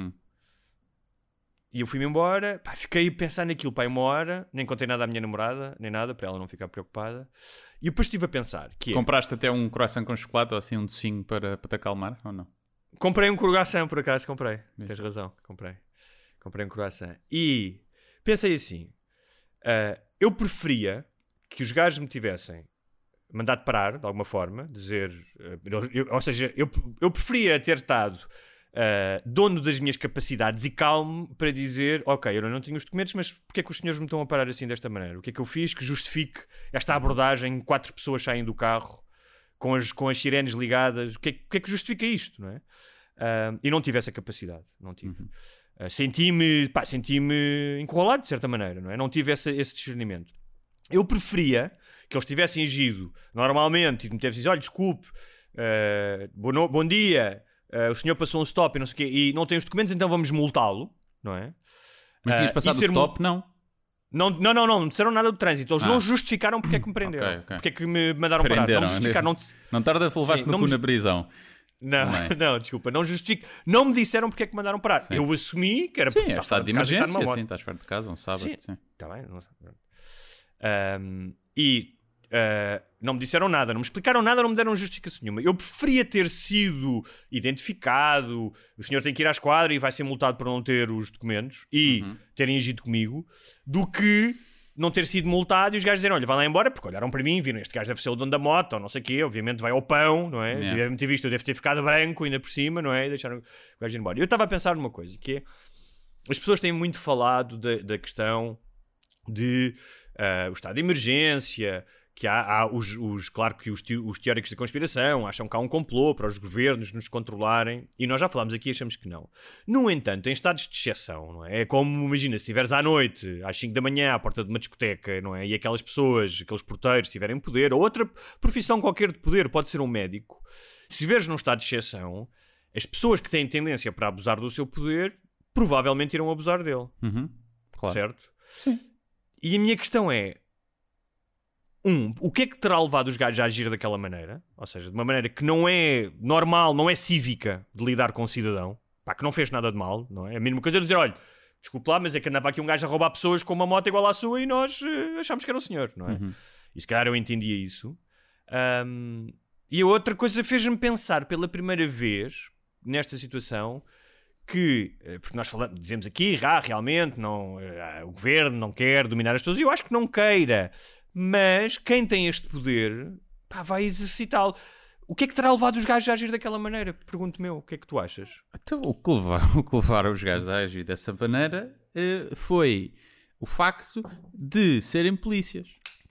E eu fui-me embora, pá, fiquei a pensar naquilo, pá, 1 hora, nem contei nada à minha namorada, nem nada, para ela não ficar preocupada. E depois estive a pensar, Compraste até um croissant com chocolate ou assim, um docinho para te acalmar, ou não? Comprei um croissant, por acaso, comprei. Tens razão, comprei um croissant. E pensei assim, eu preferia que os gajos me tivessem mandado parar, de alguma forma, dizer... ou seja, eu preferia ter estado dono das minhas capacidades e calmo para dizer, ok, eu não tenho os documentos, mas porque é que os senhores me estão a parar assim desta maneira? O que é que eu fiz que justifique esta abordagem? 4 pessoas saem do carro com as sirenes ligadas. O que é que justifica isto, não é? E não tive essa capacidade. Não tive. Senti-me encurralado, de certa maneira, não é? Não tive esse discernimento. Eu preferia que eles tivessem agido normalmente e me tivessem dito, olha, desculpe, bom dia, o senhor passou um stop e não sei o quê, e não tem os documentos, então vamos multá-lo, não é? Mas tinhas passado o stop, não? Não disseram nada do trânsito. Eles não justificaram porque é que me prenderam. Okay. Porque é que me mandaram parar. Não justificaram. Não tarda a levar-te no cu na prisão. Não, desculpa, não justifico. Não me disseram porque é que mandaram parar. Sim. Eu assumi que era Sim, porque é estado de emergência, estás fora de casa, um sábado. Sim, sim. está bem. Não me disseram nada, não me explicaram nada, não me deram justificação nenhuma. Eu preferia ter sido identificado, o senhor tem que ir à esquadra e vai ser multado por não ter os documentos e terem agido comigo, do que não ter sido multado e os gajos dizerem, olha, vai lá embora, porque olharam para mim e viram, este gajo deve ser o dono da moto, ou não sei o quê, obviamente vai ao pão, não é? Yeah. Devem ter visto, eu devo ter ficado branco ainda por cima, não é? E deixaram o gajo ir embora. Eu estava a pensar numa coisa, que é, as pessoas têm muito falado da questão de o estado de emergência, que claro que os teóricos da conspiração acham que há um complô para os governos nos controlarem, e nós já falámos aqui e achamos que não. No entanto, em estados de exceção, não é? É como, imagina, se estiveres à noite, às 5 da manhã, à porta de uma discoteca, não é? E aquelas pessoas, aqueles porteiros tiverem poder, ou outra profissão qualquer de poder, pode ser um médico. Se estiveres num estado de exceção, as pessoas que têm tendência para abusar do seu poder, provavelmente irão abusar dele. Claro. Certo? Sim. E a minha questão é, o que é que terá levado os gajos a agir daquela maneira? Ou seja, de uma maneira que não é normal, não é cívica de lidar com um cidadão, pá, que não fez nada de mal, não é? A mesma coisa de dizer, olha, desculpe lá, mas é que andava aqui um gajo a roubar pessoas com uma moto igual à sua e nós achámos que era o senhor, não é? E se calhar eu entendia isso. E a outra coisa fez-me pensar pela primeira vez, nesta situação, que, porque nós dizemos aqui, realmente, não, o governo não quer dominar as pessoas, e eu acho que não queira. Mas quem tem este poder, pá, vai exercitá-lo. O que é que terá levado os gajos a agir daquela maneira? Pergunto-me eu, o que é que tu achas? Então, o que levaram os gajos a agir dessa maneira foi o facto de serem polícias.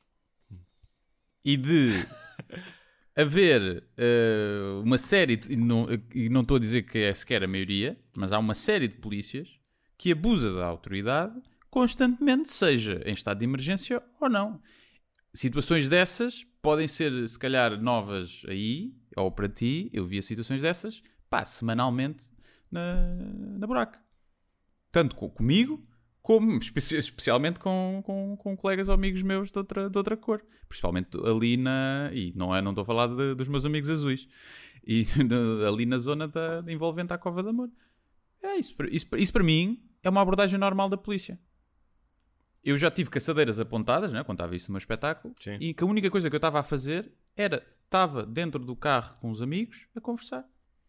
E de haver uma série, e não estou a dizer que é sequer a maioria, mas há uma série de polícias que abusa da autoridade constantemente, seja em estado de emergência ou não. Situações dessas podem ser, se calhar, novas aí, ou para ti. Eu via situações dessas, pá, semanalmente na buraca. Tanto comigo, como especialmente com colegas ou amigos meus de outra cor. Principalmente ali e não estou a falar dos meus amigos azuis. E ali na zona envolvente à Cova de Amor. Isso para mim é uma abordagem normal da polícia. Eu já tive caçadeiras apontadas, né, quando estava isso no meu espetáculo. Sim. E que a única coisa que eu estava a fazer estava dentro do carro com os amigos a conversar.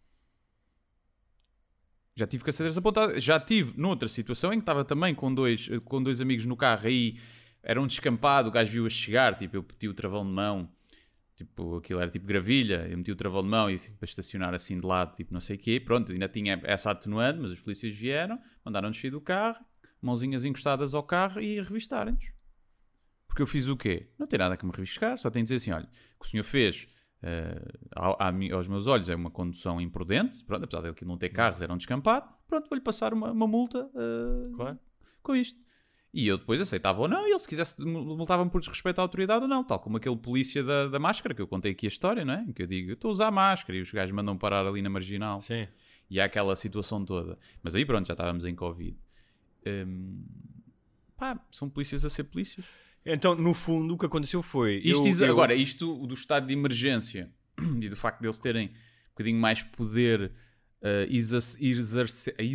Já tive caçadeiras apontadas. Já tive noutra situação em que estava também com dois amigos no carro. Aí era um descampado, o gajo viu-a chegar, tipo, eu meti o travão de mão, tipo, aquilo era tipo gravilha, eu meti o travão de mão e para estacionar assim de lado, tipo, não sei o quê. Pronto, ainda tinha essa atenuante, mas os polícias vieram, mandaram-nos sair do carro, mãozinhas encostadas ao carro e revistarem-nos. Porque eu fiz o quê? Não tem nada que me revistar, só tenho de dizer assim, olha, o que o senhor fez aos meus olhos é uma condução imprudente, pronto, apesar dele não ter carros, era um descampado, pronto, vou-lhe passar uma multa Claro. com isto. E eu depois aceitava ou não, e ele se quisesse multava-me por desrespeito à autoridade ou não, tal como aquele polícia da máscara, que eu contei aqui a história, não é? Em que eu digo, eu estou a usar a máscara, e os gajos mandam parar ali na Marginal. Sim. E há aquela situação toda. Mas aí pronto, já estávamos em Covid. São polícias a ser polícias. Então, no fundo, o que aconteceu foi... Agora, isto do estado de emergência e do facto deles terem um bocadinho mais poder exercer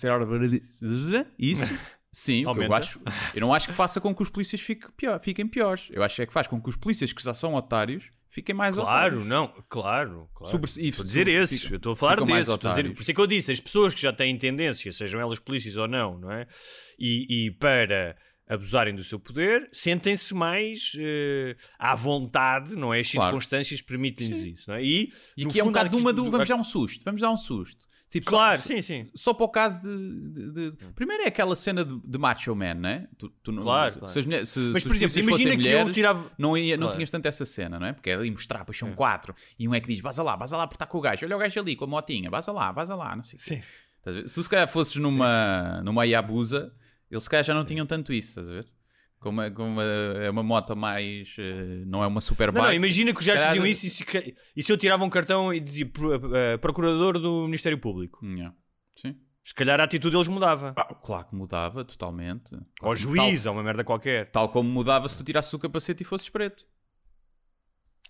isso, sim, o que eu não acho que faça com que os polícias fiquem piores. Eu acho que faz com que os polícias que já são otários fiquem mais otários. Claro. Estou a dizer esses, eu estou a falar desses. Por isso é que eu disse, as pessoas que já têm tendência, sejam elas polícias ou não é? E para abusarem do seu poder, sentem-se mais à vontade, não é? As circunstâncias permitem-lhes isso, não é? E aqui é um bocado vamos dar um susto. Tipo, claro, sim. Só para o caso de... Primeiro é aquela cena de Macho Man, não é? Claro. Mas, por exemplo, imagina que eu tirava... Não tinhas tanto essa cena, não é? Porque ali mostrar, pois são 4. E um é que diz, vas lá porque está com o gajo. Olha o gajo ali com a motinha, vas lá, não sei o quê. Se tu se calhar fosses numa Hayabusa, eles se calhar já não tinham tanto isso, estás a ver? Como é uma moto mais... não é uma superbike. Não, imagina que os gajos diziam isso e se eu tirava um cartão e dizia procurador do Ministério Público. Sim. Se calhar a atitude deles mudava. Claro que mudava, totalmente. Ou juiz, ou uma merda qualquer. Tal como mudava se tu tirasses o capacete e fosses preto. Claro.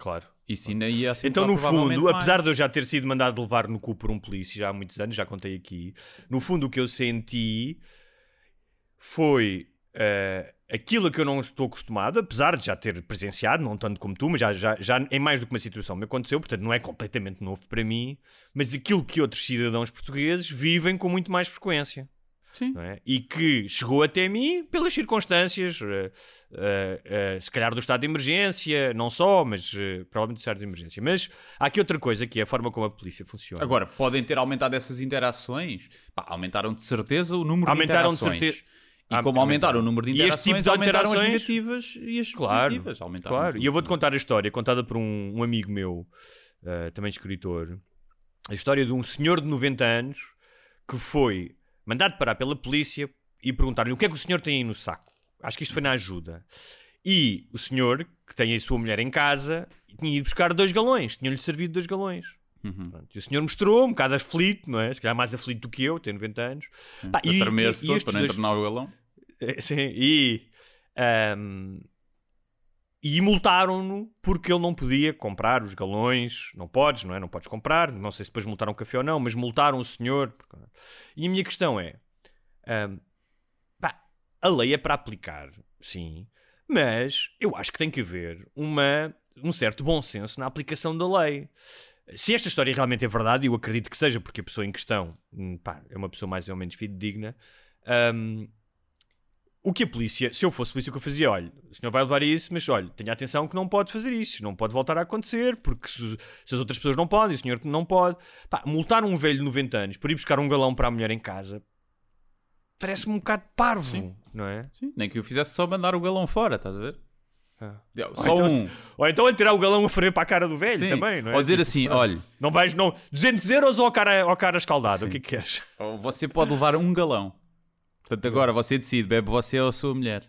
Isso ainda ia assim. Então, no fundo, apesar de eu já ter sido mandado levar no cu por um polícia já há muitos anos, já contei aqui, no fundo o que eu senti foi aquilo a que eu não estou acostumado, apesar de já ter presenciado, não tanto como tu, mas já em mais do que uma situação me aconteceu, portanto não é completamente novo para mim, mas aquilo que outros cidadãos portugueses vivem com muito mais frequência. Sim. Não é? E que chegou até mim pelas circunstâncias, se calhar do estado de emergência, não só, mas provavelmente do estado de emergência. Mas há aqui outra coisa, que é a forma como a polícia funciona. Agora, podem ter aumentado essas interações. Aumentaram de certeza o número de interações. E como aumentaram o número de interações, aumentaram as negativas e as positivas. Claro. E eu vou-te contar a história, contada por um amigo meu, também escritor. A história de um senhor de 90 anos que foi mandado parar pela polícia e perguntar-lhe o que é que o senhor tem aí no saco. Acho que isto foi na ajuda. E o senhor, que tem a sua mulher em casa, tinha ido buscar 2 galões. Tinham-lhe servido 2 galões. E o senhor mostrou, um bocado aflito, não é? Se calhar mais aflito do que eu, tenho 90 anos. Para tremer-se todo, para não entornar o galão. Sim, e multaram-no porque ele não podia comprar os galões. Não podes, não é? Não podes comprar. Não sei se depois multaram o café ou não, mas multaram o senhor. E a minha questão é... a lei é para aplicar, sim, mas eu acho que tem que haver um certo bom senso na aplicação da lei. Se esta história realmente é verdade, e eu acredito que seja, porque a pessoa em questão é uma pessoa mais ou menos fidedigna, o que a polícia, se eu fosse polícia, o que eu fazia, olha, o senhor vai levar isso, mas olha, tenha atenção que não pode fazer isso, não pode voltar a acontecer, porque se as outras pessoas não podem, o senhor não pode. Multar um velho de 90 anos por ir buscar um galão para a mulher em casa, parece-me um bocado parvo, sim. Não é? Sim, nem que eu fizesse só mandar o galão fora, estás a ver? Só ou então tirar o galão a ferver para a cara do velho. Sim. Também, não é? Ou dizer assim, olha... Não vais, 200 euros ou cara escaldada, sim. O que é que queres? Ou você pode levar um galão. Portanto, agora você decide, bebe você ou a sua mulher.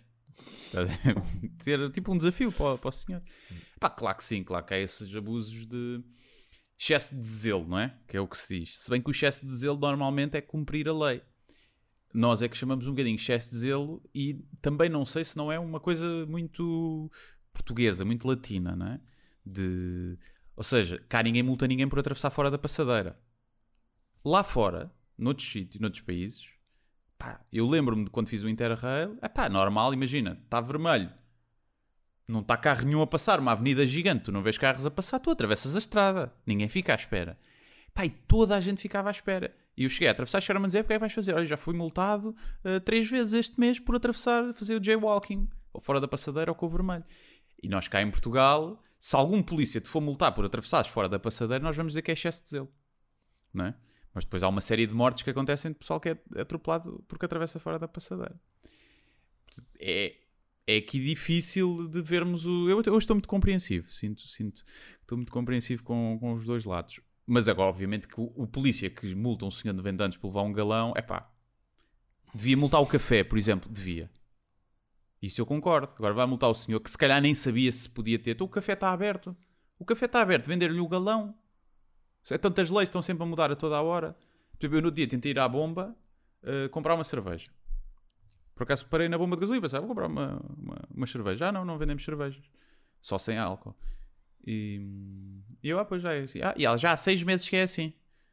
Ter tipo um desafio para o senhor. Claro que sim, claro que há esses abusos de excesso de zelo, não é? Que é o que se diz. Se bem que o excesso de zelo normalmente é cumprir a lei. Nós é que chamamos um bocadinho excesso de zelo e também não sei se não é uma coisa muito portuguesa, muito latina, não é? Ou seja, cá ninguém multa ninguém por atravessar fora da passadeira. Lá fora, noutros sítios, noutros países, eu lembro-me de quando fiz o Interrail, normal, imagina, está vermelho. Não está carro nenhum a passar, uma avenida gigante, tu não vês carros a passar, tu atravessas a estrada. Ninguém fica à espera. E toda a gente ficava à espera. E eu cheguei a atravessar, chegaram-me a dizer, o que é que vais fazer? Olha, já fui multado 3 vezes este mês por atravessar, fazer o jaywalking, ou fora da passadeira ou com o vermelho. E nós cá em Portugal, se algum polícia te for multar por atravessares fora da passadeira, nós vamos dizer que é excesso de zelo. Não é? Mas depois há uma série de mortes que acontecem de pessoal que é atropelado porque atravessa fora da passadeira. É aqui difícil de vermos o... Eu estou muito compreensivo, sinto estou muito compreensivo com os dois lados. Mas agora, obviamente, que o polícia que multa um senhor de 90 anos por levar um galão, devia multar o café, por exemplo, devia. Isso eu concordo. Agora vai multar o senhor que se calhar nem sabia se podia ter. Então o café está aberto. Vender-lhe o galão. Tantas leis estão sempre a mudar a toda a hora. Eu no dia tentei ir à bomba comprar uma cerveja. Por acaso parei na bomba de gasolina e pensava, vou comprar uma cerveja. Não vendemos cervejas. Só sem álcool. E eu, pois já é assim. E ela já há 6 meses que é assim.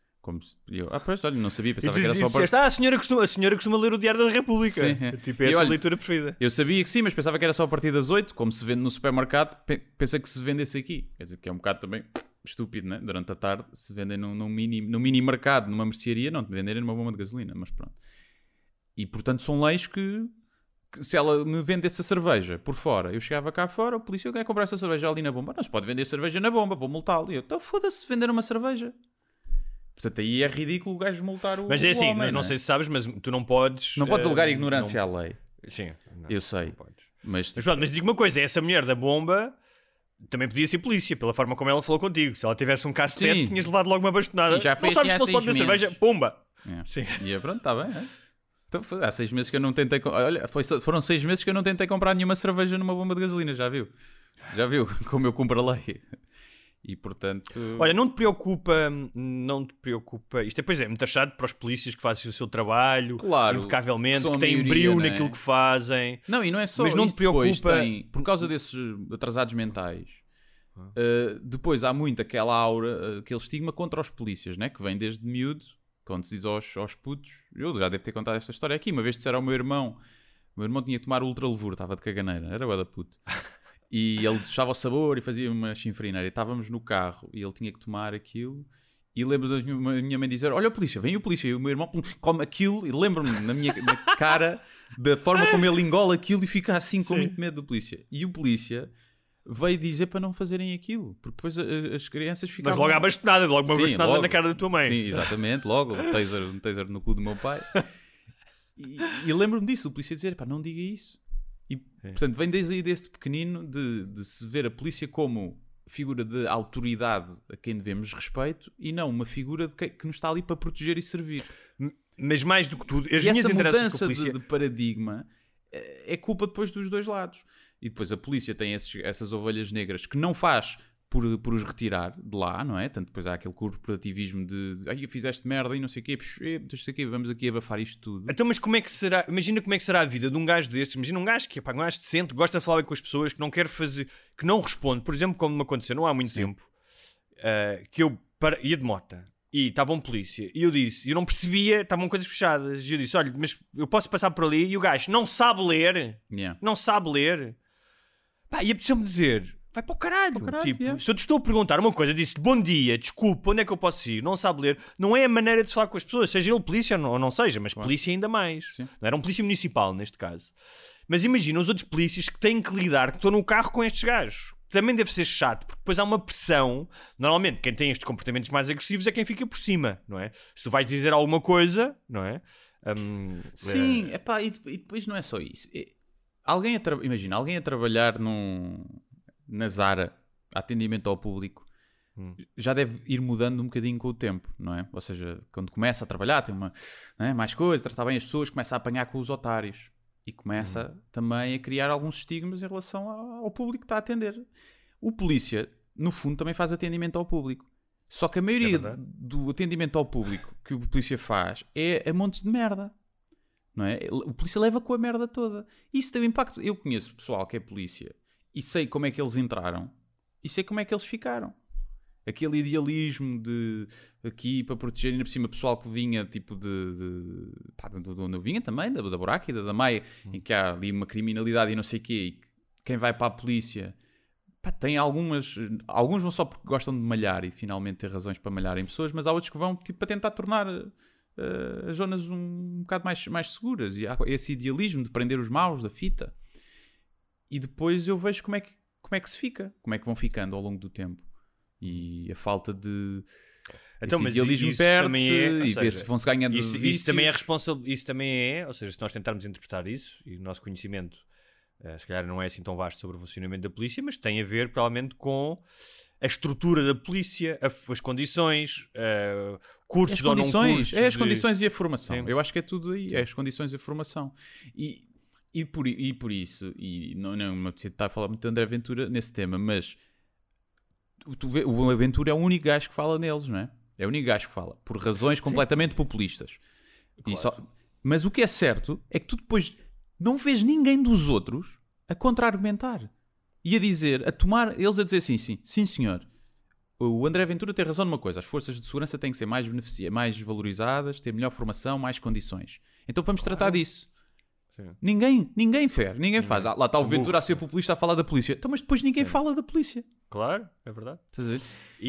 Pois, olha, não sabia, pensava que era só a senhora costuma ler o Diário da República. Sim, é. Tipo, essa leitura preferida. Eu sabia que sim, mas pensava que era só a partir das 8, como se vende no supermercado, pensei que se vendesse aqui. Quer dizer, que é um bocado também estúpido, né? Durante a tarde, se vendem num mini mercado, numa mercearia, não, venderem numa bomba de gasolina, mas pronto. E portanto são leis que se ela me vendesse a cerveja por fora, eu chegava cá fora, o polícia quer comprar essa cerveja ali na bomba. Não se pode vender cerveja na bomba, vou multá-lo. E eu, então foda-se vender uma cerveja. Portanto, aí é ridículo o gajo multar o Mas é assim, homem, não sei se sabes, mas tu não podes... Não podes alegar ignorância à lei. Sim. Eu sei. Mas digo uma coisa, essa mulher da bomba também podia ser polícia, pela forma como ela falou contigo. Se ela tivesse um cacete, tinhas levado logo uma bastonada. Sim, já fez, não sabes se não se pode beber cerveja? Pumba! É. Sim. E pronto, está bem, é? Então, há 6 meses que eu não tentei... Olha, foram 6 meses que eu não tentei comprar nenhuma cerveja numa bomba de gasolina, já viu? Já viu como eu cumpro a lei? E portanto... Olha, não te preocupa... Isto é muito achado para os polícias que fazem o seu trabalho, claro, impecavelmente, que têm brilho naquilo que fazem. Não, e não é só mas não te preocupa... por causa desses atrasados mentais, Depois há muito aquela aura, aquele estigma contra os polícias, né? Que vem desde miúdo, quando se diz aos putos. Eu já devo ter contado esta história aqui. Uma vez disseram ao meu irmão tinha que tomar ultralevuro, estava de caganeira, era bué da puto. E ele deixava o sabor e fazia uma chinfrineira. E estávamos no carro e ele tinha que tomar aquilo. E lembro da minha mãe dizer: olha o polícia, vem o polícia. E o meu irmão come aquilo. E lembro-me na cara da forma como ele engola aquilo e fica assim com muito medo do polícia. E o polícia veio dizer para não fazerem aquilo, porque depois as crianças ficavam... Mas logo à bastonada, logo uma bastonada na cara da tua mãe. Sim, exatamente, logo um taser no cu do meu pai. E lembro-me disso, o polícia dizer: pá, não diga isso. E portanto vem desde aí deste pequenino de se ver a polícia como figura de autoridade a quem devemos respeito e não uma figura que nos está ali para proteger e servir. Mas mais do que tudo, as e minhas essa mudança de paradigma é culpa depois dos dois lados. E depois a polícia tem essas ovelhas negras que não faz por os retirar de lá, não é? Tanto depois há aquele corporativismo de fizeste merda e não sei o quê, vamos aqui abafar isto tudo. Então, mas como é que será? Imagina como é que será a vida de um gajo destes. Imagina um gajo que um gajo decente, gosta de falar bem com as pessoas, que não quer fazer, que não responde. Por exemplo, como me aconteceu não há muito tempo, que eu ia de mota e estava um polícia e eu não percebia, estavam coisas fechadas. E eu disse: olha, mas eu posso passar por ali? E o gajo não sabe ler. Não sabe ler. Pá, e apeteceu-me dizer: vai para o caralho. Tipo, se eu te estou a perguntar uma coisa, disse-te bom dia, desculpa, onde é que eu posso ir? Não sabe ler. Não é a maneira de se falar com as pessoas, seja ele polícia ou não seja, mas polícia ainda mais. Sim. Não era um polícia municipal neste caso. Mas imagina os outros polícias que têm que lidar, que estão no carro com estes gajos. Também deve ser chato, porque depois há uma pressão. Normalmente quem tem estes comportamentos mais agressivos é quem fica por cima, não é? Se tu vais dizer alguma coisa, não é? Sim, epá, e depois não é só isso. Imagina, alguém a trabalhar na Zara, atendimento ao público, já deve ir mudando um bocadinho com o tempo, não é? Ou seja, quando começa a trabalhar, tem mais coisas, tratar bem as pessoas, começa a apanhar com os otários e começa também a criar alguns estigmas em relação ao público que está a atender. O polícia, no fundo, também faz atendimento ao público. Só que a maioria do atendimento ao público que o polícia faz é a montes de merda. Não é? O polícia leva com a merda toda. Isso tem um impacto. Eu conheço pessoal que é polícia e sei como é que eles entraram e sei como é que eles ficaram. Aquele idealismo de aqui para proteger, ainda por cima, pessoal que vinha tipo onde eu vinha também, da Buraca e da Maia, em que há ali uma criminalidade e não sei o quê, e quem vai para a polícia tem alguns vão só porque gostam de malhar e finalmente ter razões para malhar em pessoas, mas há outros que vão tipo, para tentar tornar as zonas um bocado mais seguras, e há esse idealismo de prender os maus da fita. E depois eu vejo como é que se fica, como é que vão ficando ao longo do tempo, e a falta de esse idealismo perde-se, e vê-se vão-se ganhando isso também é responsável. Isso também é, ou seja, se nós tentarmos interpretar isso, e o nosso conhecimento se calhar não é assim tão vasto sobre o funcionamento da polícia, mas tem a ver provavelmente com a estrutura da polícia, as condições, cursos ou não cursos. As condições e a formação. Sim. Eu acho que é tudo aí, é as condições e a formação. E por isso, e não me apetece estar a falar muito de André Ventura nesse tema, mas o Ventura é o único gajo que fala neles, não é? É o único gajo que fala, por razões completamente populistas. Claro. Mas o que é certo é que tu depois não vês ninguém dos outros a contra-argumentar. E a dizer, eles a dizer sim senhor, o André Ventura tem razão numa coisa: as forças de segurança têm que ser mais valorizadas, ter melhor formação, mais condições. Então vamos tratar disso. Sim. Ninguém faz. Lá está o Ventura a ser populista a falar da polícia. Então, mas depois ninguém fala da polícia. Claro, é verdade. Estás a ver?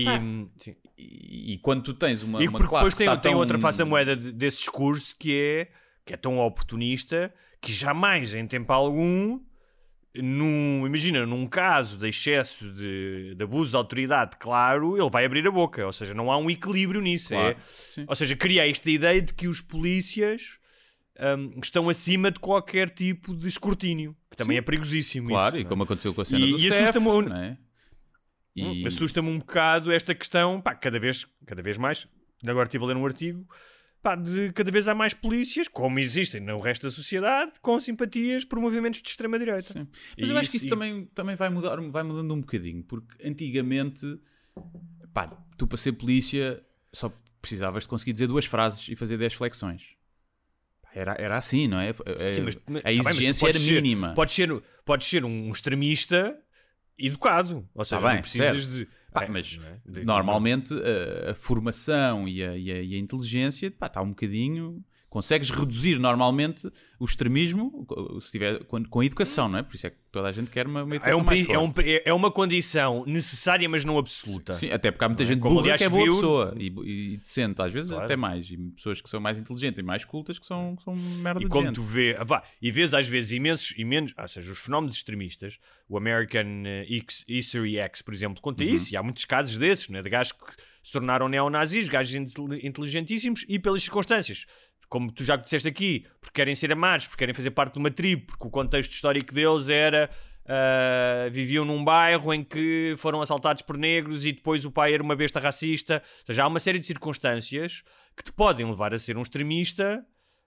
E quando tu tens uma depois classe que tem outra face a moeda desse discurso que é tão oportunista que jamais em tempo algum, imagina, num caso de excesso de abuso de autoridade, claro, ele vai abrir a boca. Ou seja, não há um equilíbrio nisso. Claro, ou seja, cria esta ideia de que os polícias estão acima de qualquer tipo de escrutínio, que também é perigosíssimo. Claro, isso, e como aconteceu com a cena do CEF, não é? Assusta-me um bocado esta questão, cada vez mais. Agora estive a ler um artigo, de cada vez há mais polícias, como existem no resto da sociedade, com simpatias por movimentos de extrema-direita. Mas eu acho que isso também vai mudando um bocadinho, porque antigamente, tu para ser polícia só precisavas de conseguir dizer 2 frases e fazer 10 flexões. Era assim, não é? Sim, a exigência era mínima. Pode ser um extremista educado. Ou seja, bem, não precisas certo. de... Mas não é? normalmente a formação e a inteligência está um bocadinho... Consegues reduzir normalmente o extremismo se tiver, com a educação, não é? Por isso é que toda a gente quer uma educação mais forte. É uma condição necessária, mas não absoluta. Sim, até porque há muita gente Como, burra aliás, que é boa viu... pessoa e decente, às vezes Claro. até mais. E pessoas que são mais inteligentes e mais cultas que são merda E de como gente. tu vês às vezes imensos, ou seja, os fenómenos extremistas, o American History X, por exemplo, conta isso, e há muitos casos desses, né, de gajos que se tornaram neonazis, gajos inteligentíssimos e pelas circunstâncias. Como tu já disseste aqui, porque querem ser amados, porque querem fazer parte de uma tribo, porque o contexto histórico deles era... viviam num bairro em que foram assaltados por negros e depois o pai era uma besta racista. Ou seja, há uma série de circunstâncias que te podem levar a ser um extremista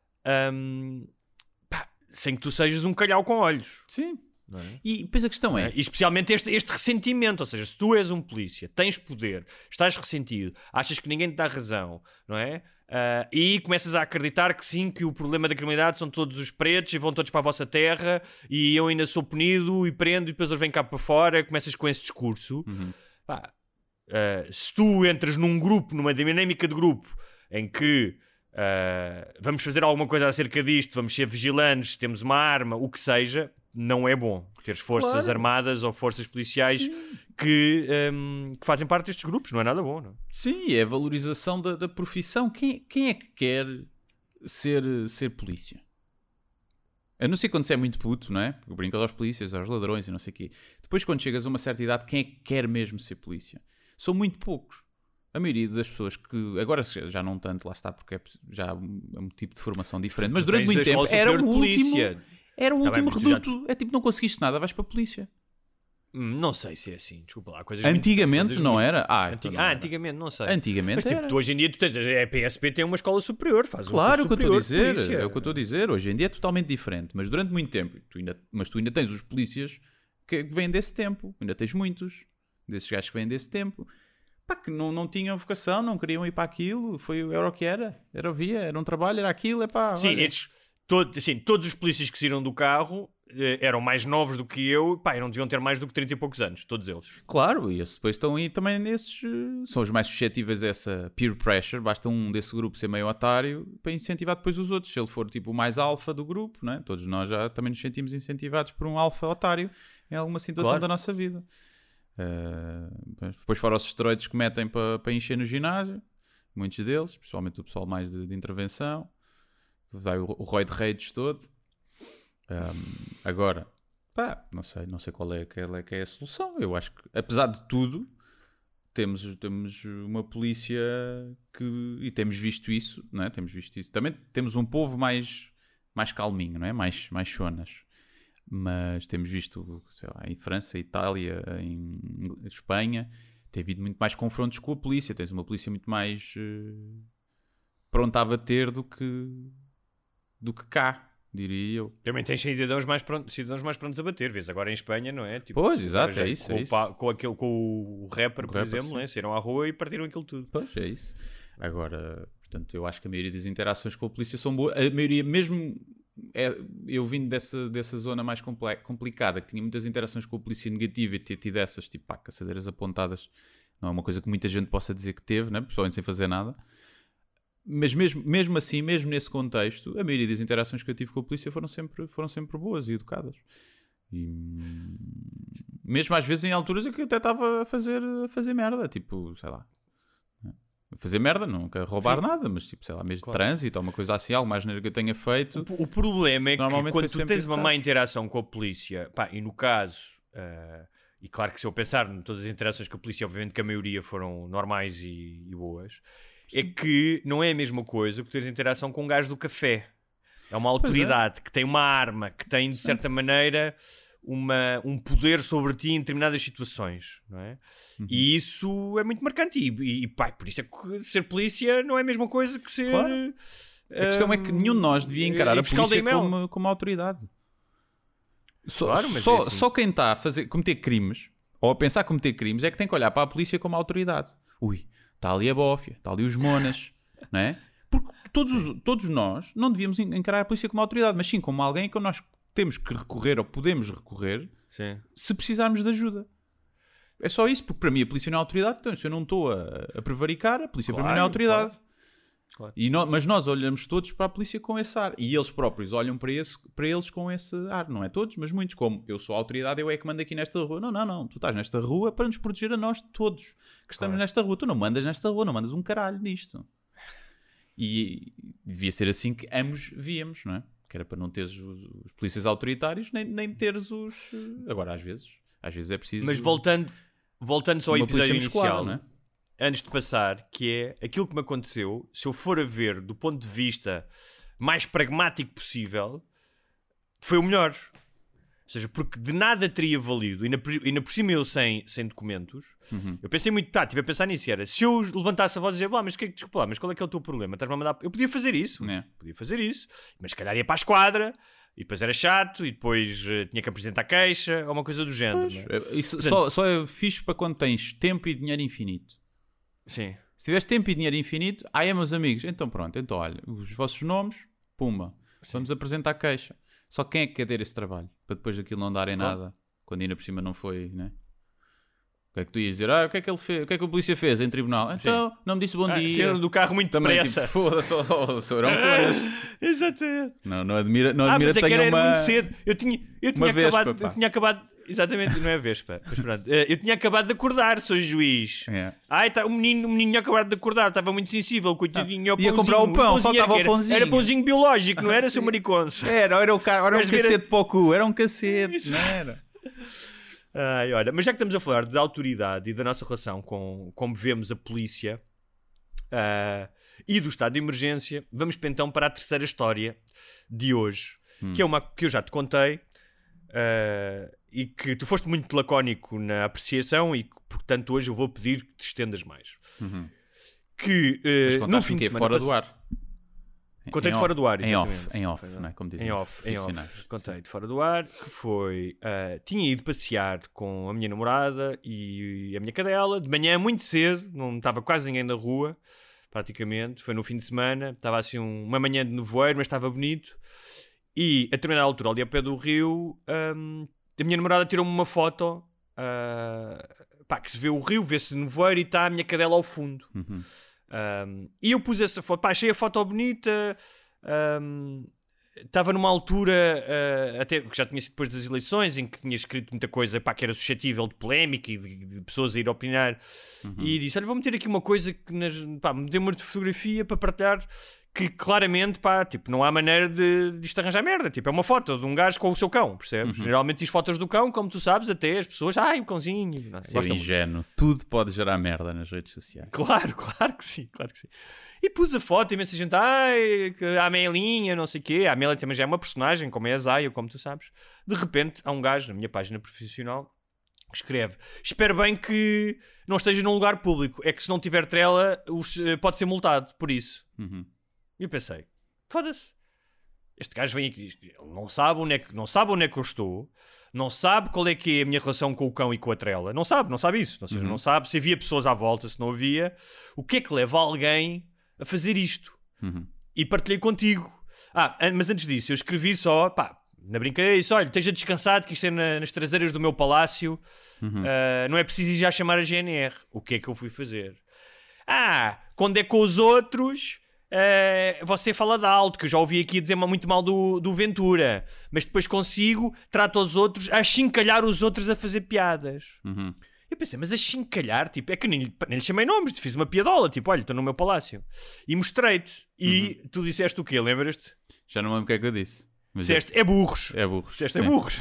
sem que tu sejas um calhau com olhos. Sim. Não é? E depois a questão é... E especialmente este ressentimento, ou seja, se tu és um polícia, tens poder, estás ressentido, achas que ninguém te dá razão, não é? E começas a acreditar que sim, que o problema da criminalidade são todos os pretos e vão todos para a vossa terra e eu ainda sou punido e prendo e depois eles vêm cá para fora, começas com esse discurso. Se tu entras num grupo, numa dinâmica de grupo em que vamos fazer alguma coisa acerca disto, vamos ser vigilantes, temos uma arma, o que seja, não é bom teres forças armadas ou forças policiais que fazem parte destes grupos, não é nada bom, não? Sim, é a valorização da profissão. Quem é que quer ser polícia? A não ser quando você é muito puto, não é? Porque brincas aos polícias, aos ladrões e não sei o quê. Depois, quando chegas a uma certa idade, quem é que quer mesmo ser polícia? São muito poucos. A maioria das pessoas que... Agora já não tanto, lá está, porque já é um tipo de formação diferente. Mas durante muito tempo era o último... Era o último reduto. É tipo, não conseguiste nada, vais para a polícia. Não sei se é assim, desculpa lá. Antigamente não era? Antigamente, não sei. Antigamente mas, tipo, hoje em dia, a PSP tem uma escola superior, faz claro, um curso superior de polícia. É o que eu estou a dizer. Hoje em dia é totalmente diferente. Mas durante muito tempo, tu ainda tens os polícias que vêm desse tempo. Ainda tens muitos desses gajos que vêm desse tempo. Pá, que não tinham vocação, não queriam ir para aquilo. Era o que era. Era um trabalho, era aquilo. Sim, todos os polícias que saíram do carro eram mais novos do que eu, não deviam ter mais do que 30 e poucos anos, todos eles. Claro, e esses depois estão aí também nesses... São os mais suscetíveis a essa peer pressure, basta um desse grupo ser meio otário para incentivar depois os outros, se ele for tipo o mais alfa do grupo, não é? Todos nós já também nos sentimos incentivados por um alfa otário em alguma situação da nossa vida. Depois fora os esteroides que metem para encher no ginásio, muitos deles, principalmente o pessoal mais de intervenção, vai o Roy de Reis todo. Agora, não sei qual é que é a solução. Eu acho que, apesar de tudo, temos uma polícia e temos visto isso, não é? Também temos um povo mais calminho, não é? Mais chonas. Mas temos visto, sei lá, em França, Itália, em Espanha, tem havido muito mais confrontos com a polícia. Tens uma polícia muito mais pronta a bater do que cá, diria eu. Também tens cidadãos mais prontos a bater. Vês agora em Espanha, não é? Tipo, pois, exato, é isso. Com o rapper, por exemplo, né? Saíram à rua e partiram aquilo tudo. Pois, é isso. Agora, portanto, eu acho que a maioria das interações com a polícia são boas. A maioria, mesmo... eu vindo dessa zona mais complicada, que tinha muitas interações com a polícia negativa e ter tido essas, tipo, caçadeiras apontadas, não é uma coisa que muita gente possa dizer que teve, né? Principalmente sem fazer nada. Mas mesmo assim, mesmo nesse contexto, a maioria das interações que eu tive com a polícia foram sempre boas e educadas. E mesmo às vezes em alturas em que eu até estava a fazer merda, tipo, sei lá. Fazer merda, não quero roubar nada, mas tipo, sei lá, mesmo de trânsito ou uma coisa assim, algo mais neiro que eu tenha feito. O problema é que quando tu tens uma má interação com a polícia, e no caso, e claro que se eu pensar em todas as interações com a polícia, obviamente que a maioria foram normais e boas, é que não é a mesma coisa que teres interação com um gajo do café. É uma autoridade que tem uma arma, que tem de certa maneira um poder sobre ti em determinadas situações, não é? E isso é muito marcante e por isso é que ser polícia não é a mesma coisa que ser... Claro. A questão é que nenhum de nós devia encarar a polícia como autoridade. Só quem está a cometer crimes ou a pensar cometer crimes é que tem que olhar para a polícia como autoridade. Ui, está ali a bófia, está ali os monas, não é? Porque todos nós não devíamos encarar a polícia como autoridade, mas sim como alguém que nós temos que recorrer ou podemos recorrer se precisarmos de ajuda. É só isso, porque para mim a polícia não é autoridade, então se eu não estou a prevaricar, a polícia para mim não é autoridade. Claro. Mas nós olhamos todos para a polícia com esse ar. E eles próprios olham para eles com esse ar. Não é todos, mas muitos. Como eu sou a autoridade, eu é que mando aqui nesta rua. Não. Tu estás nesta rua para nos proteger a nós todos que estamos nesta rua. Tu não mandas nesta rua, não mandas um caralho nisto. E devia ser assim que ambos víamos, não é? Que era para não teres os polícias autoritários, nem teres os... Agora, às vezes é preciso... Mas voltando só ao episódio inicial, não é? Antes de passar, que é aquilo que me aconteceu, se eu for a ver do ponto de vista mais pragmático possível, foi o melhor. Ou seja, porque de nada teria valido, ainda por cima eu sem documentos, eu pensei muito, estive a pensar nisso, era, se eu levantasse a voz e dizer, desculpa lá, mas qual é que é o teu problema? Estás-me a mandar... Eu podia fazer isso, mas se calhar ia para a esquadra, e depois era chato, e depois tinha que apresentar queixa, ou uma coisa do género. Isso só é fixe para quando tens tempo e dinheiro infinito. Sim. Se tiveres tempo e dinheiro infinito, meus amigos, então pronto, então olha, os vossos nomes, pumba, vamos apresentar queixa. Só quem é que quer ter esse trabalho? Para depois daquilo não darem nada, quando ainda por cima não foi, né? O que é que tu ias dizer? O que é que ele fez? O que é que o polícia fez em tribunal? Então, não me disse bom dia. Saiu do carro muito também, depressa. Foda-se, era um coisa. Exatamente. Não admira mas que tenha era uma... muito cedo. Eu tinha acabado... Exatamente, não é a Vespa. Mas pronto. Eu tinha acabado de acordar, sou juiz. O menino tinha acabado de acordar, estava muito sensível, coitadinho. Ia comprar o pão, faltava o pãozinho. Era pãozinho biológico, não era, seu mariconso? Era um cacete para o cu, era um cacete, não era? Olha, mas já que estamos a falar de autoridade e da nossa relação com como vemos a polícia e do estado de emergência, vamos então para a terceira história de hoje, que é uma que eu já te contei e que tu foste muito lacónico na apreciação e portanto hoje eu vou pedir que te estendas mais. Mas no fim de semana fora do ar. Contei-te fora do ar, exatamente. Em off, não é? Como dizem. Em off. Contei-te fora do ar, que foi... tinha ido passear com a minha namorada e a minha cadela, de manhã muito cedo, não estava quase ninguém na rua, praticamente, foi no fim de semana, estava assim uma manhã de nevoeiro, mas estava bonito, e a determinada altura, ali ao pé do rio, a minha namorada tirou-me uma foto, que se vê o rio, vê-se nevoeiro e está a minha cadela ao fundo. E eu pus essa foto, achei a foto bonita, estava numa altura até que já tinha sido depois das eleições, em que tinha escrito muita coisa que era suscetível de polémica e de pessoas a ir opinar, e disse, olha, vou meter aqui uma coisa que meter uma fotografia para partilhar, que claramente, não há maneira de isto arranjar merda, é uma foto de um gajo com o seu cão, percebes? Geralmente diz fotos do cão, como tu sabes, até as pessoas, o cãozinho, é ingênuo, tudo pode gerar merda nas redes sociais. Claro que sim. E pus a foto, imensa gente, a Amelinha, não sei o quê, a Amélia também já é uma personagem, como é a Zaya, como tu sabes. De repente, há um gajo na minha página profissional que escreve, espero bem que não esteja num lugar público, é que se não tiver trela, pode ser multado, por isso. E eu pensei, foda-se, este gajo vem aqui, ele não sabe onde é que eu estou, não sabe qual é que é a minha relação com o cão e com a trela, não sabe isso, ou seja, não sabe se havia pessoas à volta, se não havia, o que é que leva alguém a fazer isto? E partilhei contigo. Mas antes disso, eu escrevi só, na brincadeira, disse, olha, esteja descansado que isto é nas traseiras do meu palácio, não é preciso ir já chamar a GNR. O que é que eu fui fazer? Quando é com os outros... você fala de alto, que eu já ouvi aqui dizer muito mal do Ventura, mas depois consigo, trato os outros a chincalhar os outros a fazer piadas. Eu pensei, mas a chincalhar, é que nem lhe chamei nomes, fiz uma piadola, olha, estou no meu palácio e mostrei-te, e tu disseste o quê, lembras-te? Já não lembro o que é que eu disse, mas disseste, é burros. Disseste, é burros.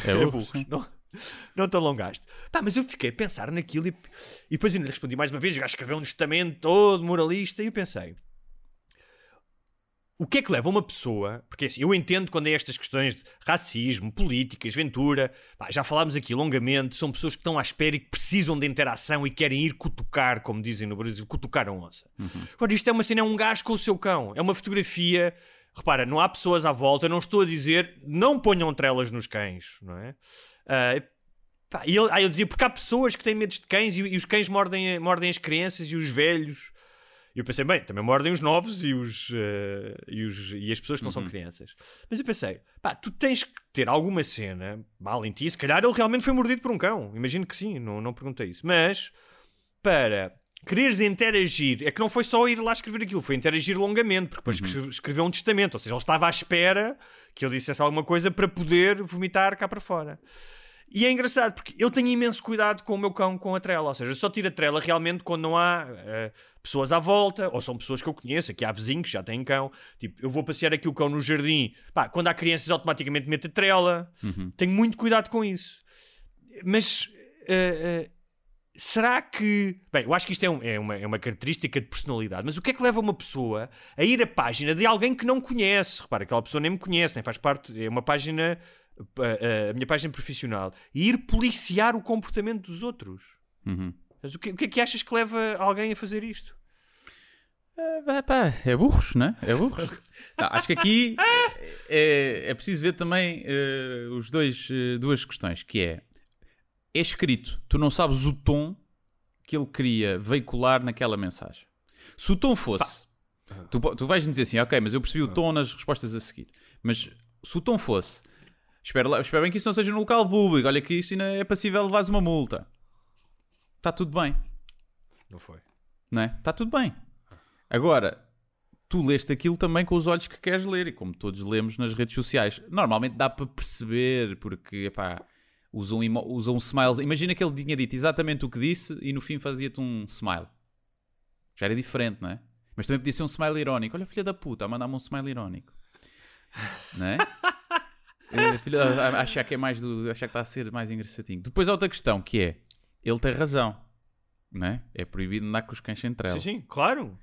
Não te alongaste. Mas eu fiquei a pensar naquilo e depois ainda respondi mais uma vez, o gajo escreveu um testamento todo moralista, e eu pensei, o que é que leva uma pessoa... Porque assim, eu entendo quando é estas questões de racismo, políticas, Ventura... já falámos aqui longamente. São pessoas que estão à espera e que precisam de interação e querem ir cutucar, como dizem no Brasil, cutucar a onça. Agora, isto é uma cena, é um gajo com o seu cão. É uma fotografia... Repara, não há pessoas à volta. Eu não estou a dizer... Não ponham trelas nos cães, não é? E eu dizia... Porque há pessoas que têm medo de cães e os cães mordem as crianças e os velhos... E eu pensei, bem, também mordem os novos e as pessoas que não são crianças. Mas eu pensei, pá, tu tens que ter alguma cena mal em ti. Se calhar ele realmente foi mordido por um cão. Imagino que sim, não perguntei isso. Mas, para quereres interagir, é que não foi só ir lá escrever aquilo, foi interagir longamente, porque depois escreveu um testamento. Ou seja, ele estava à espera que eu dissesse alguma coisa para poder vomitar cá para fora. E é engraçado, porque eu tenho imenso cuidado com o meu cão, com a trela. Ou seja, eu só tiro a trela realmente quando não há pessoas à volta, ou são pessoas que eu conheço. Aqui há vizinhos que já têm cão. Tipo, eu vou passear aqui o cão no jardim. Pá, quando há crianças, automaticamente meto a trela. Tenho muito cuidado com isso. Mas será que... Bem, eu acho que isto é uma característica de personalidade. Mas o que é que leva uma pessoa a ir à página de alguém que não conhece? Repara, aquela pessoa nem me conhece, nem faz parte... É uma página... a minha página profissional e ir policiar o comportamento dos outros. Mas o que é que achas que leva alguém a fazer isto? É burros, não é? É burros. Não, acho que aqui é preciso ver também duas questões, que é escrito, tu não sabes o tom que ele queria veicular naquela mensagem. Se o tom fosse tu vais-me dizer assim, ok, mas eu percebi o tom nas respostas a seguir, mas se o tom fosse espero bem que isso não seja no local público. Olha que isso ainda é passível de levares uma multa. Está tudo bem. Não foi. Não é? Está tudo bem. Agora, tu leste aquilo também com os olhos que queres ler. E como todos lemos nas redes sociais. Normalmente dá para perceber, porque, epá, usam smiles. Imagina que ele tinha dito exatamente o que disse e no fim fazia-te um smile. Já era diferente, não é? Mas também podia ser um smile irónico. Olha, filha da puta, a mandar-me um smile irónico. Não é? Achar que está a ser mais engraçadinho. Depois há outra questão que é, ele tem razão, não é? É proibido andar com os cães sem trela. Sim, claro.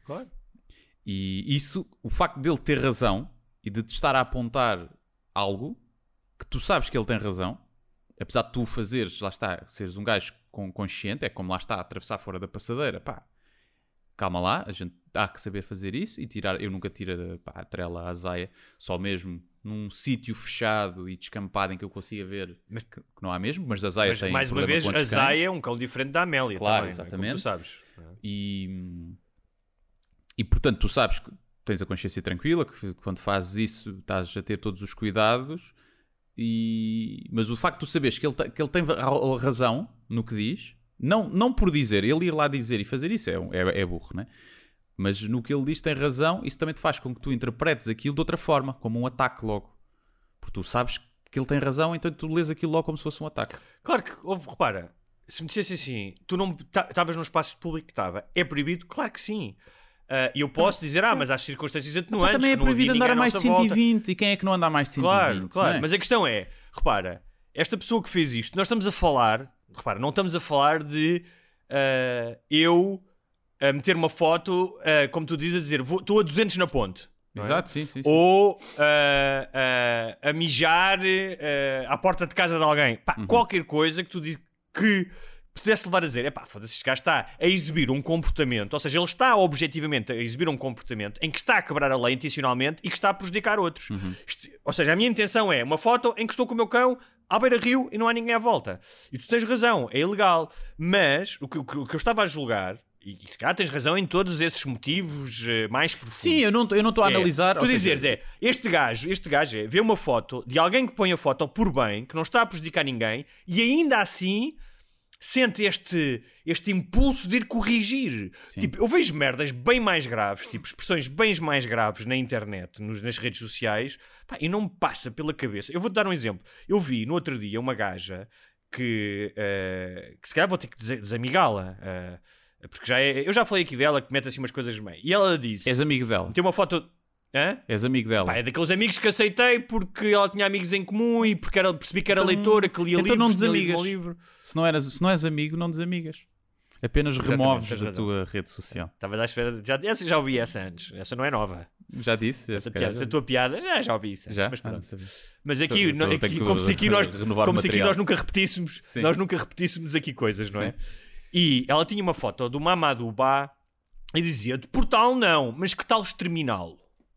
E isso, o facto dele ter razão e de te estar a apontar algo que tu sabes que ele tem razão, apesar de tu fazeres, lá está, seres um gajo consciente, é como lá está, atravessar fora da passadeira, pá, calma lá, a gente há que saber fazer isso e tirar. Eu nunca tiro a trela à zaia, só mesmo num sítio fechado e descampado em que eu consiga ver que não há mesmo, mas a zaia tem mais uma vez, a zaia é um cão diferente da Amélia. Claro, também, exatamente. Como tu sabes. E portanto, tu sabes que tens a consciência tranquila, que quando fazes isso estás a ter todos os cuidados, mas o facto de tu saberes que ele tem razão no que diz, não por dizer, ele ir lá dizer e fazer isso é burro, não é? Mas no que ele diz tem razão, isso também te faz com que tu interpretes aquilo de outra forma, como um ataque logo. Porque tu sabes que ele tem razão, então tu lês aquilo logo como se fosse um ataque. Claro que, repara, se me dissesse assim, tu não estavas num espaço público que estava, é proibido? Claro que sim. E eu posso dizer, mas há circunstâncias atenuantes. Também é proibido andar a mais de 120, volta. E quem é que não anda a mais de 120? Claro, não é? Mas a questão é, repara, esta pessoa que fez isto, nós estamos a falar, repara, não estamos a falar de eu... a meter uma foto, como tu dizes, a dizer estou a 200 na ponte. Exato, sim. Ou a mijar à porta de casa de alguém. Pá, qualquer coisa que tu dizes que pudesse levar a dizer, foda-se, este gajo está a exibir um comportamento, ou seja, ele está objetivamente a exibir um comportamento em que está a quebrar a lei intencionalmente e que está a prejudicar outros. Ou seja, a minha intenção é uma foto em que estou com o meu cão à beira-rio e não há ninguém à volta. E tu tens razão, é ilegal. Mas o que eu estava a julgar, e se calhar tens razão em todos esses motivos mais profundos. Sim, eu não estou a analisar. Tu dizeres, este gajo vê uma foto de alguém que põe a foto por bem, que não está a prejudicar ninguém, e ainda assim sente este impulso de ir corrigir. Tipo, eu vejo merdas bem mais graves, tipo, expressões bem mais graves na internet, nas redes sociais, e não me passa pela cabeça. Eu vou-te dar um exemplo. Eu vi no outro dia uma gaja que se calhar vou ter que desamigá-la, porque eu já falei aqui dela, que mete assim umas coisas meio. E ela disse... És amigo dela? Tem uma foto... Hã? És amigo dela? É daqueles amigos que aceitei porque ela tinha amigos em comum e porque percebi que era leitora, que lia livros. Então não desamigas. Se não és amigo, não desamigas. Apenas removes da tua rede social. Estavas à espera... Já ouvi essa antes. Essa não é nova. Já disse? Essa tua piada, já ouvi isso. Já? Mas pronto. Mas aqui, como se aqui nós nunca repetíssemos, nós nunca repetíssemos aqui coisas, não é? E ela tinha uma foto do Mamadou Ba e dizia, de Portal não, mas que tal exterminá-lo?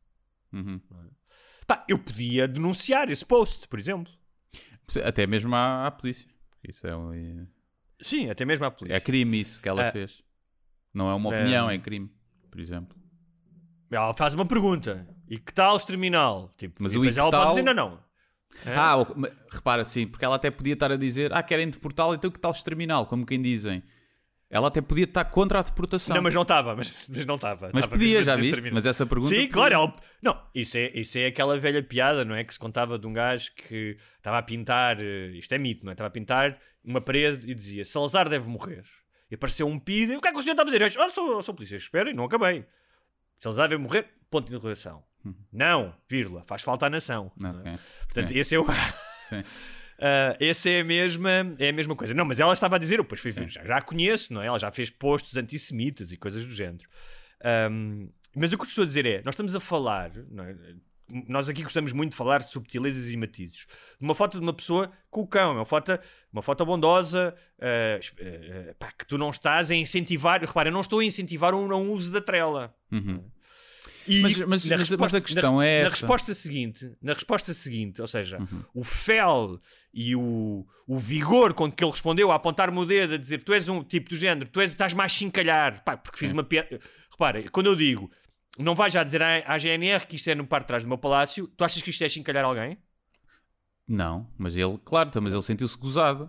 Eu podia denunciar esse post, por exemplo. Até mesmo à polícia. Isso Sim, até mesmo à polícia. É crime isso que ela fez. Não é uma opinião, é crime. por exemplo. Ela faz uma pergunta. E que tal exterminal? Tipo, Mas e o depois e ela que pode tal- dizer não. Repara, sim, porque ela até podia estar a dizer querem deportá-lo, então que tal exterminal, como quem dizem. Ela até podia estar contra a deportação. Não, mas não estava. Mas não estava. Mas Estava podia, mesmo a já dizer viste? exterminal. Mas essa pergunta... Sim, podia. claro. Não, isso é aquela velha piada, não é? Que se contava de um gajo que estava a pintar, isto é mito, não é? Estava a pintar uma parede e dizia Salazar deve morrer. E apareceu um PID e o que é que o senhor está a fazer? Eu sou polícia, espera, e não acabei. Salazar deve morrer, ponto de interrogação. Não, vírgula, faz falta à nação. Não é? Ok. Portanto, Sim. esse é o... Sim. essa é a mesma coisa. Não, mas ela estava a dizer, eu depois já a conheço, não é? Ela já fez posts antissemitas e coisas do género. Mas o que eu estou a dizer é, nós estamos a falar, não é? Nós aqui gostamos muito de falar de subtilezas e matizes. De uma foto de uma pessoa com o cão, uma foto bondosa, que tu não estás a incentivar. Repara, eu não estou a incentivar um não uso da trela. E Mas a questão é na essa. Na resposta seguinte, ou seja, o fel e o vigor com que ele respondeu a apontar-me o dedo, a dizer tu és um tipo do género, estás-me a chincalhar, porque fiz uma piada. Repara, quando eu digo não vais já dizer à GNR que isto é no par de trás do meu palácio, tu achas que isto é chincalhar alguém? Não, mas ele, claro, mas ele sentiu-se gozado.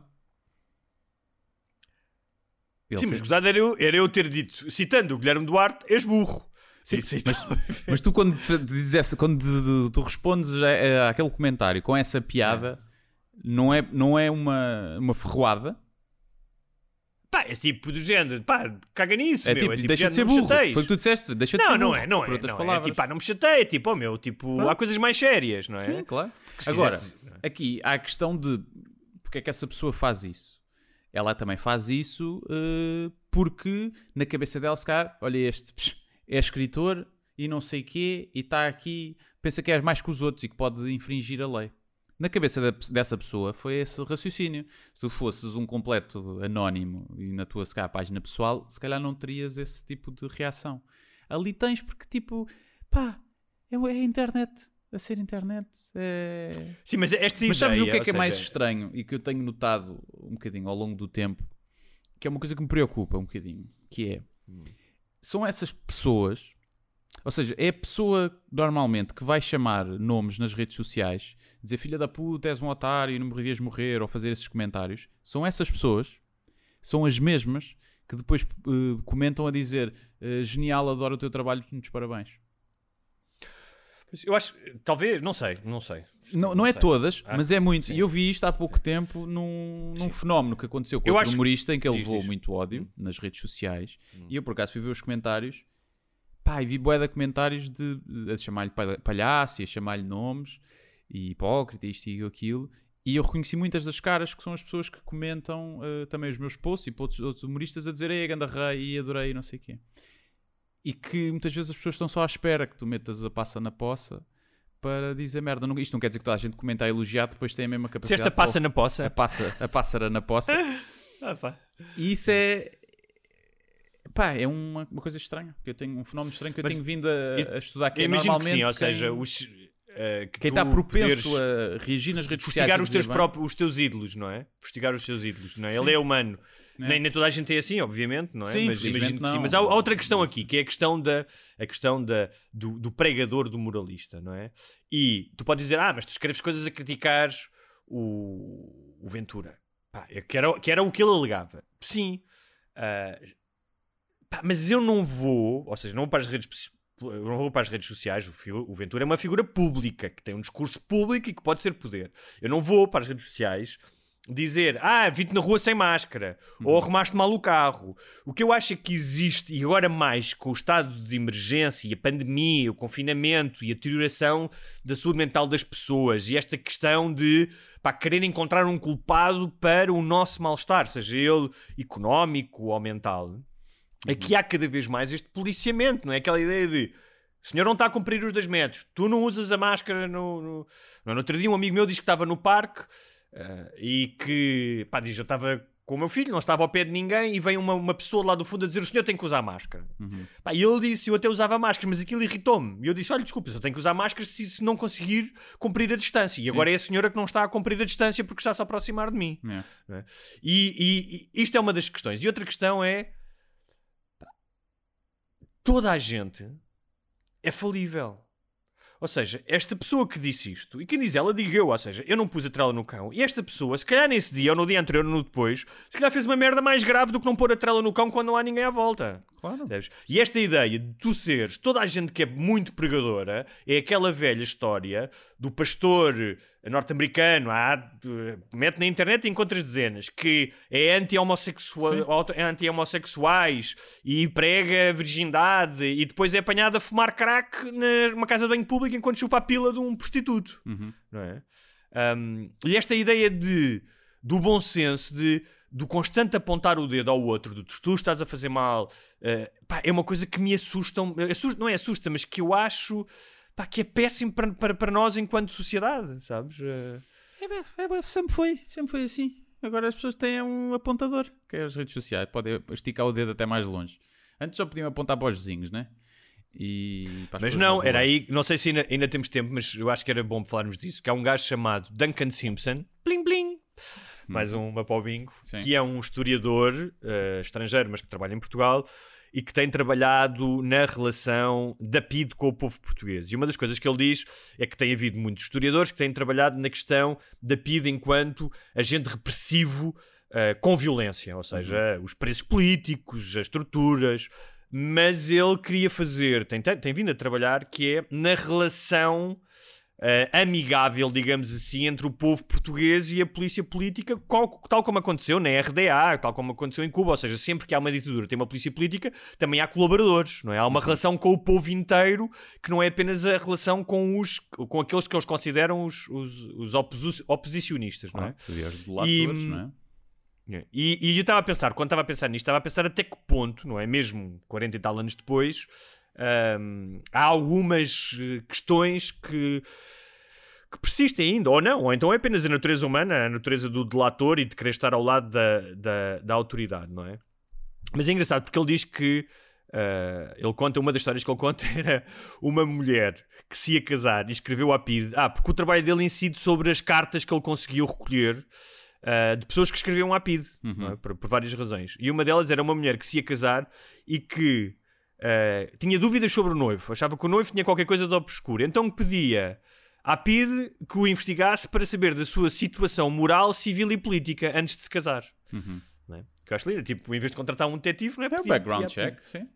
Sim, mas gozado era eu ter dito, citando o Guilherme Duarte, és burro. Sim, mas tu quando dizes quando tu respondes àquele comentário com essa piada, não é uma ferroada? Pá, é tipo do género, pá, caga nisso, é meu. Tipo, deixa de ser burro. Foi o que tu disseste, deixa de ser burro. Não é. Por outras palavras. É tipo, não me chateia, tipo, tipo, há coisas mais sérias, não é? Sim, claro. Agora, aqui há a questão de porque é que essa pessoa faz isso. Ela também faz isso porque na cabeça dela, se calhar, olha é escritor e não sei quê, e está aqui, pensa que és mais que os outros e que pode infringir a lei. Na cabeça dessa pessoa foi esse raciocínio. Se tu fosses um completo anónimo e na tua, se calhar, página pessoal, se calhar não terias esse tipo de reação. Ali tens porque, tipo, pá, é a internet. A ser internet é... Sim, mas esta ideia... Mas sabes o que é mais estranho e que eu tenho notado um bocadinho ao longo do tempo, que é uma coisa que me preocupa um bocadinho, que é... São essas pessoas... Ou seja, é a pessoa normalmente que vai chamar nomes nas redes sociais, dizer filha da puta, és um otário, não me devias morrer, ou fazer esses comentários. São essas pessoas, são as mesmas que depois comentam a dizer genial, adoro o teu trabalho, muitos parabéns. Eu acho, talvez, não sei. Não é todas, mas é muito. Sim. E eu vi isto há pouco tempo num fenómeno que aconteceu com outro humorista em que ele levou muito ódio nas redes sociais. E eu por acaso fui ver os comentários. Pá, e vi bué de comentários a chamar-lhe palhaço e a chamar-lhe nomes e hipócrita, isto e aquilo. E eu reconheci muitas das caras que são as pessoas que comentam também os meus posts e para outros humoristas a dizer ei, ganda rei, e adorei, não sei o quê. E que muitas vezes as pessoas estão só à espera que tu metas a passa na poça para dizer merda. Isto não quer dizer que toda a gente comenta a elogiar, depois tem a mesma capacidade. Se esta passa na poça? A pássara na poça. E isso é... Pá, é uma coisa estranha. Que eu tenho um fenómeno estranho que eu tenho vindo a estudar aqui. Imagino que sim, ou seja, quem está propenso a reagir nas redes sociais. Fustigar os teus ídolos, não é? Fustigar os teus ídolos, não é? Ele é humano. Nem toda a gente é assim, obviamente, não é? Sim, mas imagino que sim. Mas há outra questão aqui, que é a questão do pregador, do moralista, não é? E tu podes dizer, mas tu escreves coisas a criticar o Ventura. Pá, que era o que ele alegava. Sim. Mas eu não vou, ou seja, não vou para as redes sociais. O Ventura é uma figura pública, que tem um discurso público e que pode ser poder. Eu não vou para as redes sociais dizer, vi-te na rua sem máscara, ou arrumaste mal o carro. O que eu acho é que existe, e agora mais com o estado de emergência, e a pandemia, o confinamento e a deterioração da saúde mental das pessoas, e esta questão de querer encontrar um culpado para o nosso mal-estar, seja ele económico ou mental. Aqui há cada vez mais este policiamento, não é? Aquela ideia de o senhor não está a cumprir os 2 metros, tu não usas a máscara no outro dia um amigo meu disse que estava no parque e que, diz, eu estava com o meu filho, não estava ao pé de ninguém e vem uma pessoa lá do fundo a dizer o senhor tem que usar máscara. E ele disse, eu até usava máscara, mas aquilo irritou-me. E eu disse, olha, desculpa, eu tenho que usar máscara se não conseguir cumprir a distância. E agora é a senhora que não está a cumprir a distância porque está-se a aproximar de mim. É. E isto é uma das questões. E outra questão é... toda a gente é falível. Ou seja, esta pessoa que disse isto, e quem diz ela, digo eu, ou seja, eu não pus a trela no cão, e esta pessoa, se calhar nesse dia, ou no dia anterior, ou no depois, se calhar fez uma merda mais grave do que não pôr a trela no cão quando não há ninguém à volta. Claro. E esta ideia de tu seres, toda a gente que é muito pregadora, é aquela velha história do pastor norte-americano, mete na internet e encontras dezenas, que é anti-homossexuais e prega virgindade e depois é apanhado a fumar crack numa casa de banho pública enquanto chupa a pila de um prostituto. Não é? E esta ideia do bom senso, do constante apontar o dedo ao outro, do tu estás a fazer mal, é uma coisa que me assusta, não é assusta, mas que eu acho que é péssimo para nós enquanto sociedade, sabes? Sempre foi assim. Agora as pessoas têm um apontador, que é as redes sociais, podem esticar o dedo até mais longe. Antes só podiam apontar para os vizinhos, né? Mas não, era aí, não sei se ainda temos tempo, mas eu acho que era bom falarmos disso, que há um gajo chamado Duncan Simpson, bling bling, mais uma para o bingo, que é um historiador estrangeiro, mas que trabalha em Portugal e que tem trabalhado na relação da PIDE com o povo português. E uma das coisas que ele diz é que tem havido muitos historiadores que têm trabalhado na questão da PIDE enquanto agente repressivo com violência, ou seja, os presos políticos, as torturas, mas ele queria fazer, tem vindo a trabalhar, que é na relação amigável, digamos assim, entre o povo português e a polícia política, tal como aconteceu na RDA, tal como aconteceu em Cuba. Ou seja, sempre que há uma ditadura, tem uma polícia política, também há colaboradores, não é? Há uma relação com o povo inteiro, que não é apenas a relação com aqueles que eles consideram os oposicionistas, não é? Os delatores, não é? E eu estava a pensar, quando estava a pensar nisto, estava a pensar até que ponto, não é? Mesmo 40 e tal anos depois, há algumas questões que persistem ainda, ou não, ou então é apenas a natureza humana, a natureza do delator e de querer estar ao lado da autoridade, não é? Mas é engraçado porque ele diz que ele conta, uma das histórias que ele conta era uma mulher que se ia casar e escreveu à PIDE, porque o trabalho dele incide sobre as cartas que ele conseguiu recolher de pessoas que escreviam à PIDE, não é? Por várias razões. E uma delas era uma mulher que se ia casar e que tinha dúvidas sobre o noivo, achava que o noivo tinha qualquer coisa de obscuro, então pedia à PIDE que o investigasse para saber da sua situação moral, civil e política antes de se casar. Não é? Que eu acho lindo, tipo, em vez de contratar um detetive, não é? É um background check, sim.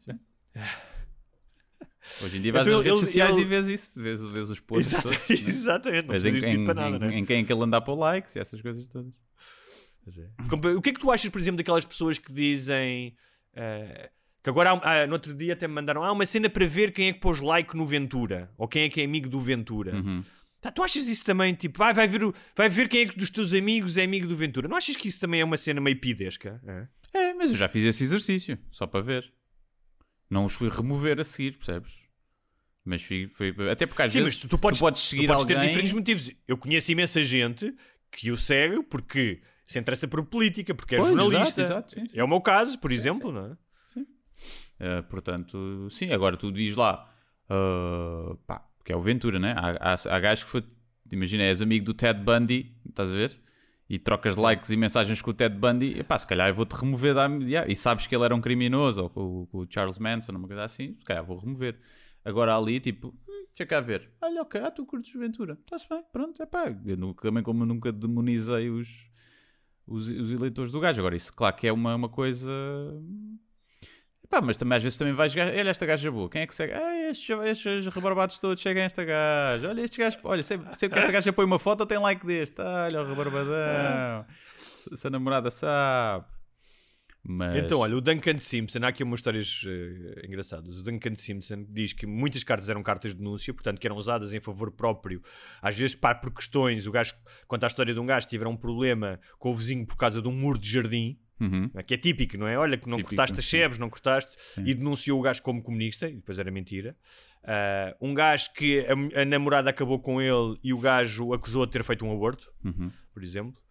Hoje em dia vais às redes sociais e vês isso, vês os posts todos. Exatamente, não precisas de para nada, não é? Em quem é que ele anda para likes e essas coisas todas. O que é que tu achas, por exemplo, daquelas pessoas que dizem que agora, no outro dia até me mandaram uma cena para ver quem é que pôs like no Ventura, ou quem é que é amigo do Ventura. Tu achas isso também, tipo, vai ver quem é que dos teus amigos é amigo do Ventura? Não achas que isso também é uma cena meio pidesca? Mas eu já fiz esse exercício, só para ver. Não os fui remover a seguir, percebes? Mas foi até porque às vezes tu podes seguir alguém... ter diferentes motivos. Eu conheço imensa gente que o segue porque se interessa por política, porque é jornalista. Exato, sim. É o meu caso, por exemplo, não é? Sim. Portanto, sim, agora tu dizes lá, que é o Ventura, né? Há gajos que foi, imagina, és amigo do Ted Bundy, estás a ver? E trocas likes e mensagens com o Ted Bundy, se calhar eu vou-te remover e sabes que ele era um criminoso, ou com o Charles Manson, uma coisa assim, se calhar vou remover. Agora ali, tipo, deixa cá ver. Olha, ok, tu curtes Ventura. Está-se bem, pronto, eu também como nunca demonizei os eleitores do gajo. Agora, isso, claro que é uma coisa... mas também às vezes também vais... Olha esta gaja boa, quem é que segue? Estes rebarbados todos seguem esta gaja. Olha estes gajos... Olha, sempre que esta gaja põe uma foto tem like deste. Olha o rebarbadão. Se a namorada sabe... Mas... Então, olha, o Duncan Simpson, há aqui umas histórias engraçadas. O Duncan Simpson diz que muitas cartas eram cartas de denúncia, portanto que eram usadas em favor próprio, às vezes por questões. O gajo conta a história de um gajo que tiver um problema com o vizinho por causa de um muro de jardim, que é típico, não é? Olha, que não cortaste as sebes, não cortaste, e denunciou o gajo como comunista, e depois era mentira. Um gajo que a namorada acabou com ele e o gajo acusou de ter feito um aborto, por exemplo.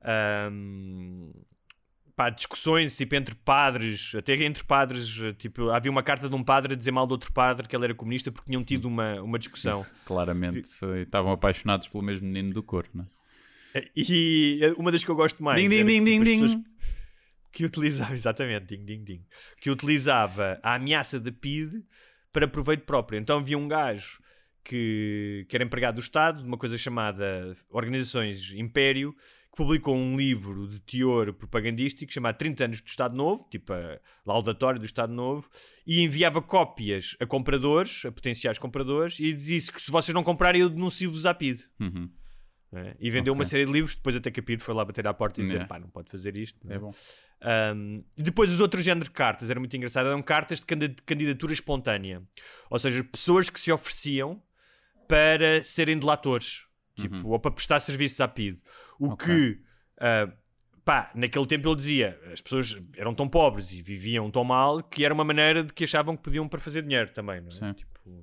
Discussões tipo entre padres, até entre padres, tipo, havia uma carta de um padre a dizer mal de outro padre que ele era comunista porque tinham tido uma discussão. Isso, claramente, estavam apaixonados pelo mesmo menino do coro, não é? E uma das que eu gosto mais ding. que utilizava, exatamente, ding, que utilizava a ameaça da PIDE para proveito próprio. Então havia um gajo que era empregado do Estado, de uma coisa chamada Organizações Império, que publicou um livro de teor propagandístico chamado 30 anos do Estado Novo, tipo a laudatório do Estado Novo, e enviava cópias a compradores, a potenciais compradores, e disse que se vocês não comprarem eu denuncio-vos à PIDE. E vendeu uma série de livros, depois até que a PIDE foi lá bater à porta e dizer, pá, não pode fazer isto. É bom. E depois os outros géneros de cartas, era muito engraçado, eram cartas de candidatura espontânea. Ou seja, pessoas que se ofereciam para serem delatores, tipo, ou para prestar serviços à PIDE. O que, naquele tempo ele dizia, as pessoas eram tão pobres e viviam tão mal que era uma maneira de que achavam que podiam para fazer dinheiro também, não é? Sim. Tipo,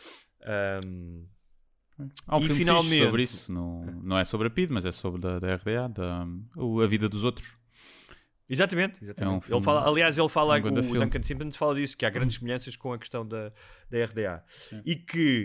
há um e filme finalmente sobre isso, não é sobre a PIDE, mas é sobre da RDA, a vida dos outros. Exatamente. É um filme, ele fala grande o filme. Duncan Simpson fala disso, que há grandes semelhanças com a questão da RDA. Sim. E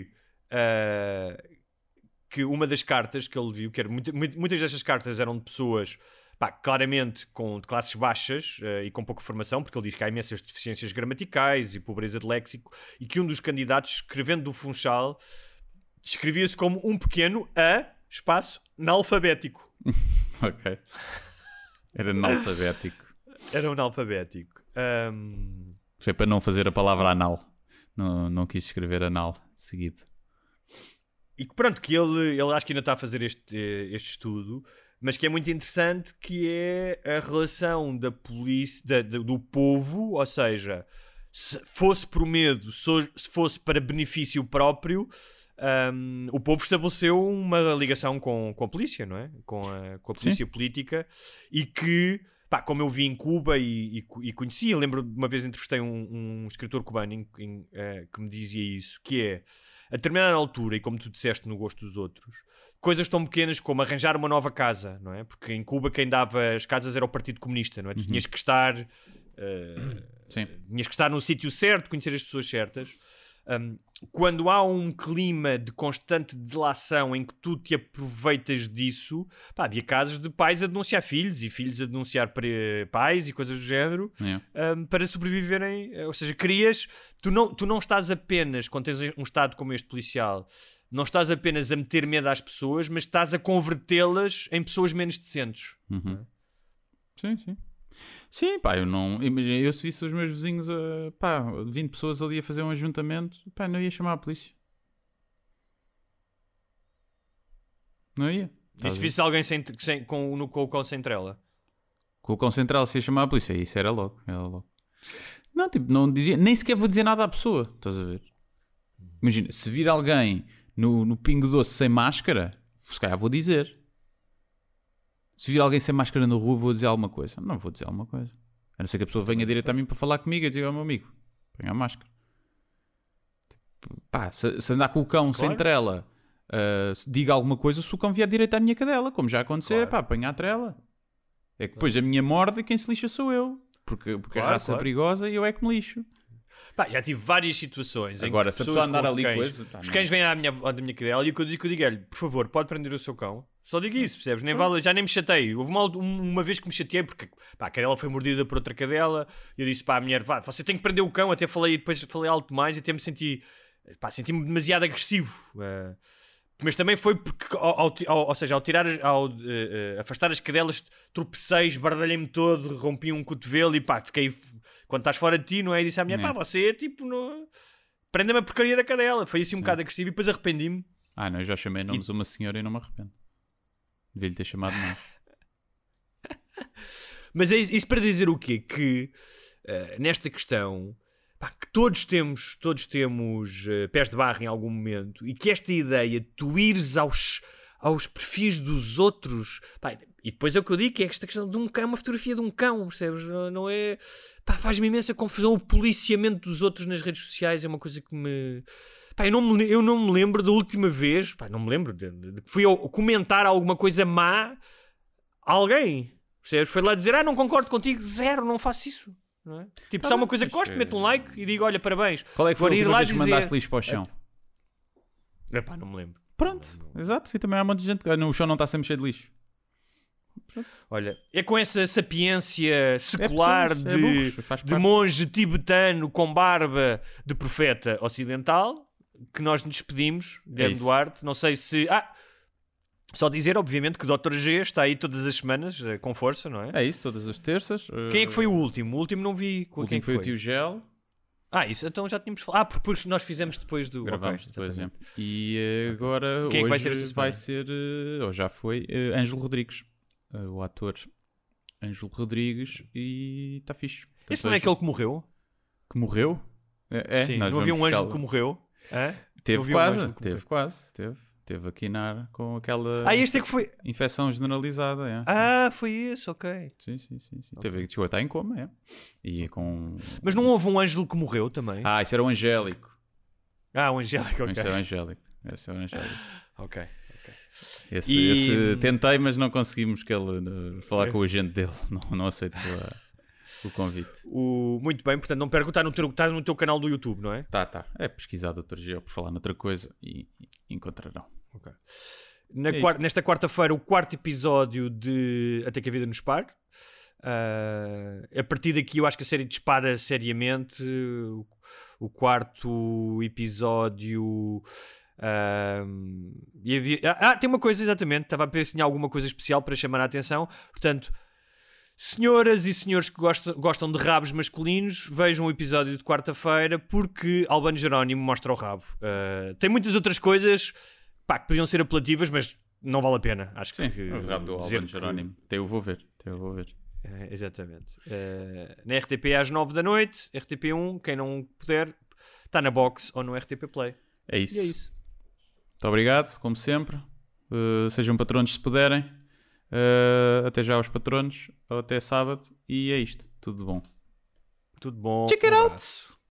que uma das cartas que ele viu, que era muitas destas cartas eram de pessoas claramente de classes baixas e com pouca formação, porque ele diz que há imensas deficiências gramaticais e pobreza de léxico, e que um dos candidatos, escrevendo do Funchal, escrevia-se como um pequeno analfabético. Ok. Era analfabético. Era um analfabético. Foi para não fazer a palavra anal. Não quis escrever anal de seguido. E que pronto, que ele acho que ainda está a fazer este estudo, mas que é muito interessante, que é a relação da polícia, do povo, ou seja, se fosse por medo, se fosse para benefício próprio, o povo estabeleceu uma ligação com a polícia, não é? Com a polícia política, e que, como eu vi em Cuba e conhecia, lembro de uma vez entrevistei um escritor cubano que me dizia isso, que é, a determinada altura, e como tu disseste no gosto dos outros, coisas tão pequenas como arranjar uma nova casa, não é? Porque em Cuba quem dava as casas era o Partido Comunista, não é? Tu tinhas que estar no sítio certo, conhecer as pessoas certas. Quando há um clima de constante delação em que tu te aproveitas disso, havia casos de pais a denunciar filhos e filhos a denunciar pais e coisas do género, para sobreviverem. Ou seja, tu não estás apenas, quando tens um estado como este policial, não estás apenas a meter medo às pessoas, mas estás a convertê-las em pessoas menos decentes. Sim. Sim, imagina, eu se visse os meus vizinhos, 20 pessoas ali a fazer um ajuntamento, não ia chamar a polícia. Não ia. E se visse alguém com o cão sem trela? Com o cão central se ia chamar a polícia, isso era logo. Não, não dizia, nem sequer vou dizer nada à pessoa, estás a ver? Imagina, se vir alguém no Pingo Doce sem máscara, se calhar vou dizer. Se vir alguém sem máscara na rua, vou dizer alguma coisa. Não vou dizer alguma coisa. A não ser que a pessoa venha direto a mim para falar comigo e diga ao meu amigo, põe a máscara. Se andar com o cão sem trela, diga alguma coisa, se o cão vier direito à minha cadela, como já aconteceu, põe a trela. É que depois a minha morde e quem se lixa sou eu. Porque a raça é perigosa e eu é que me lixo. Já tive várias situações. Agora, se a pessoa andar ali coisa, os cães vêm à minha cadela e o que eu digo-lhe, por favor, pode prender o seu cão. Só digo isso, percebes? Já nem me chatei. Houve uma vez que me chateei porque a cadela foi mordida por outra cadela e eu disse para a mulher, você tem que prender o cão. Depois falei alto demais e até me senti-me demasiado agressivo. Mas também foi porque, ao afastar as cadelas, tropecei, esbardalhei-me todo, rompi um cotovelo e fiquei, quando estás fora de ti, não é? E disse à mulher, você prenda-me a porcaria da cadela. Foi assim um bocado agressivo e depois arrependi-me. Não, eu já chamei nomes a uma senhora e não me arrependo. Devia-lhe ter chamado mais. Mas é isso para dizer o quê? Que nesta questão, que todos temos pés de barro em algum momento, e que esta ideia de tu ires aos perfis dos outros, e depois é o que eu digo, que é esta questão de um cão, uma fotografia de um cão, percebes? Não é? Faz-me imensa confusão o policiamento dos outros nas redes sociais, é uma coisa que me... eu não me lembro da última vez, não me lembro de que fui comentar alguma coisa má a alguém, percebes? Foi lá dizer, não concordo contigo, zero, não faço isso. Não é? Tipo, se há uma coisa que gosto, meto um like e digo, olha, parabéns. Qual é que foi a última vez que mandaste lixo para o chão? Não me lembro. Pronto, exato. E também há um monte de gente que o chão não está sempre cheio de lixo. Olha, é com essa sapiência secular burros, de monge tibetano com barba de profeta ocidental que nós nos despedimos, Guilherme Duarte. Não sei se... só dizer, obviamente, que o Dr. G está aí todas as semanas, com força, não é? É isso, todas as terças. Quem é que foi o último? O último não vi. O último foi o Tio Gel. Isso, então já tínhamos falado. Porque nós fizemos depois do... Gravámos depois, é. E agora, quem hoje é que vai ser ou já foi, Ângelo Rodrigues. O ator Ângelo Rodrigues, e está fixe. Portanto, esse não é aquele que morreu? Que morreu? Sim, não havia um Ângelo que morreu? Teve aqui com aquela este é que foi... infecção generalizada. Foi isso, ok. Sim. Chegou a estar em coma, E com... Mas não houve um Ângelo que morreu também? Isso era o Angélico. O Angélico, ok. Esse é o Angélico. Ok. Esse tentei, mas não conseguimos falar com o agente dele. Não aceitou o convite. Muito bem, portanto não perco, está no teu canal do YouTube, não é? Tá. É pesquisar Dr. Geo por falar noutra coisa e encontrarão. Ok. Nesta quarta-feira, o 4º episódio de Até que a Vida nos Pare. A partir daqui eu acho que a série dispara seriamente. O 4º episódio... tem uma coisa, exatamente, estava a ver se tinha alguma coisa especial para chamar a atenção. Portanto, senhoras e senhores que gostam de rabos masculinos, vejam o episódio de quarta-feira, porque Albano Jerónimo mostra o rabo. Tem muitas outras coisas que podiam ser apelativas, mas não vale a pena. Acho que sim, o rabo do Albano Jerónimo. Eu vou ver. Exatamente. Na RTP às 9 da noite, RTP1, quem não puder, está na box ou no RTP Play. É isso. E é isso. Muito obrigado, como sempre. Sejam patronos se puderem. Até já aos patronos. Ou até sábado. E é isto. Tudo bom. Tudo bom. Check it out!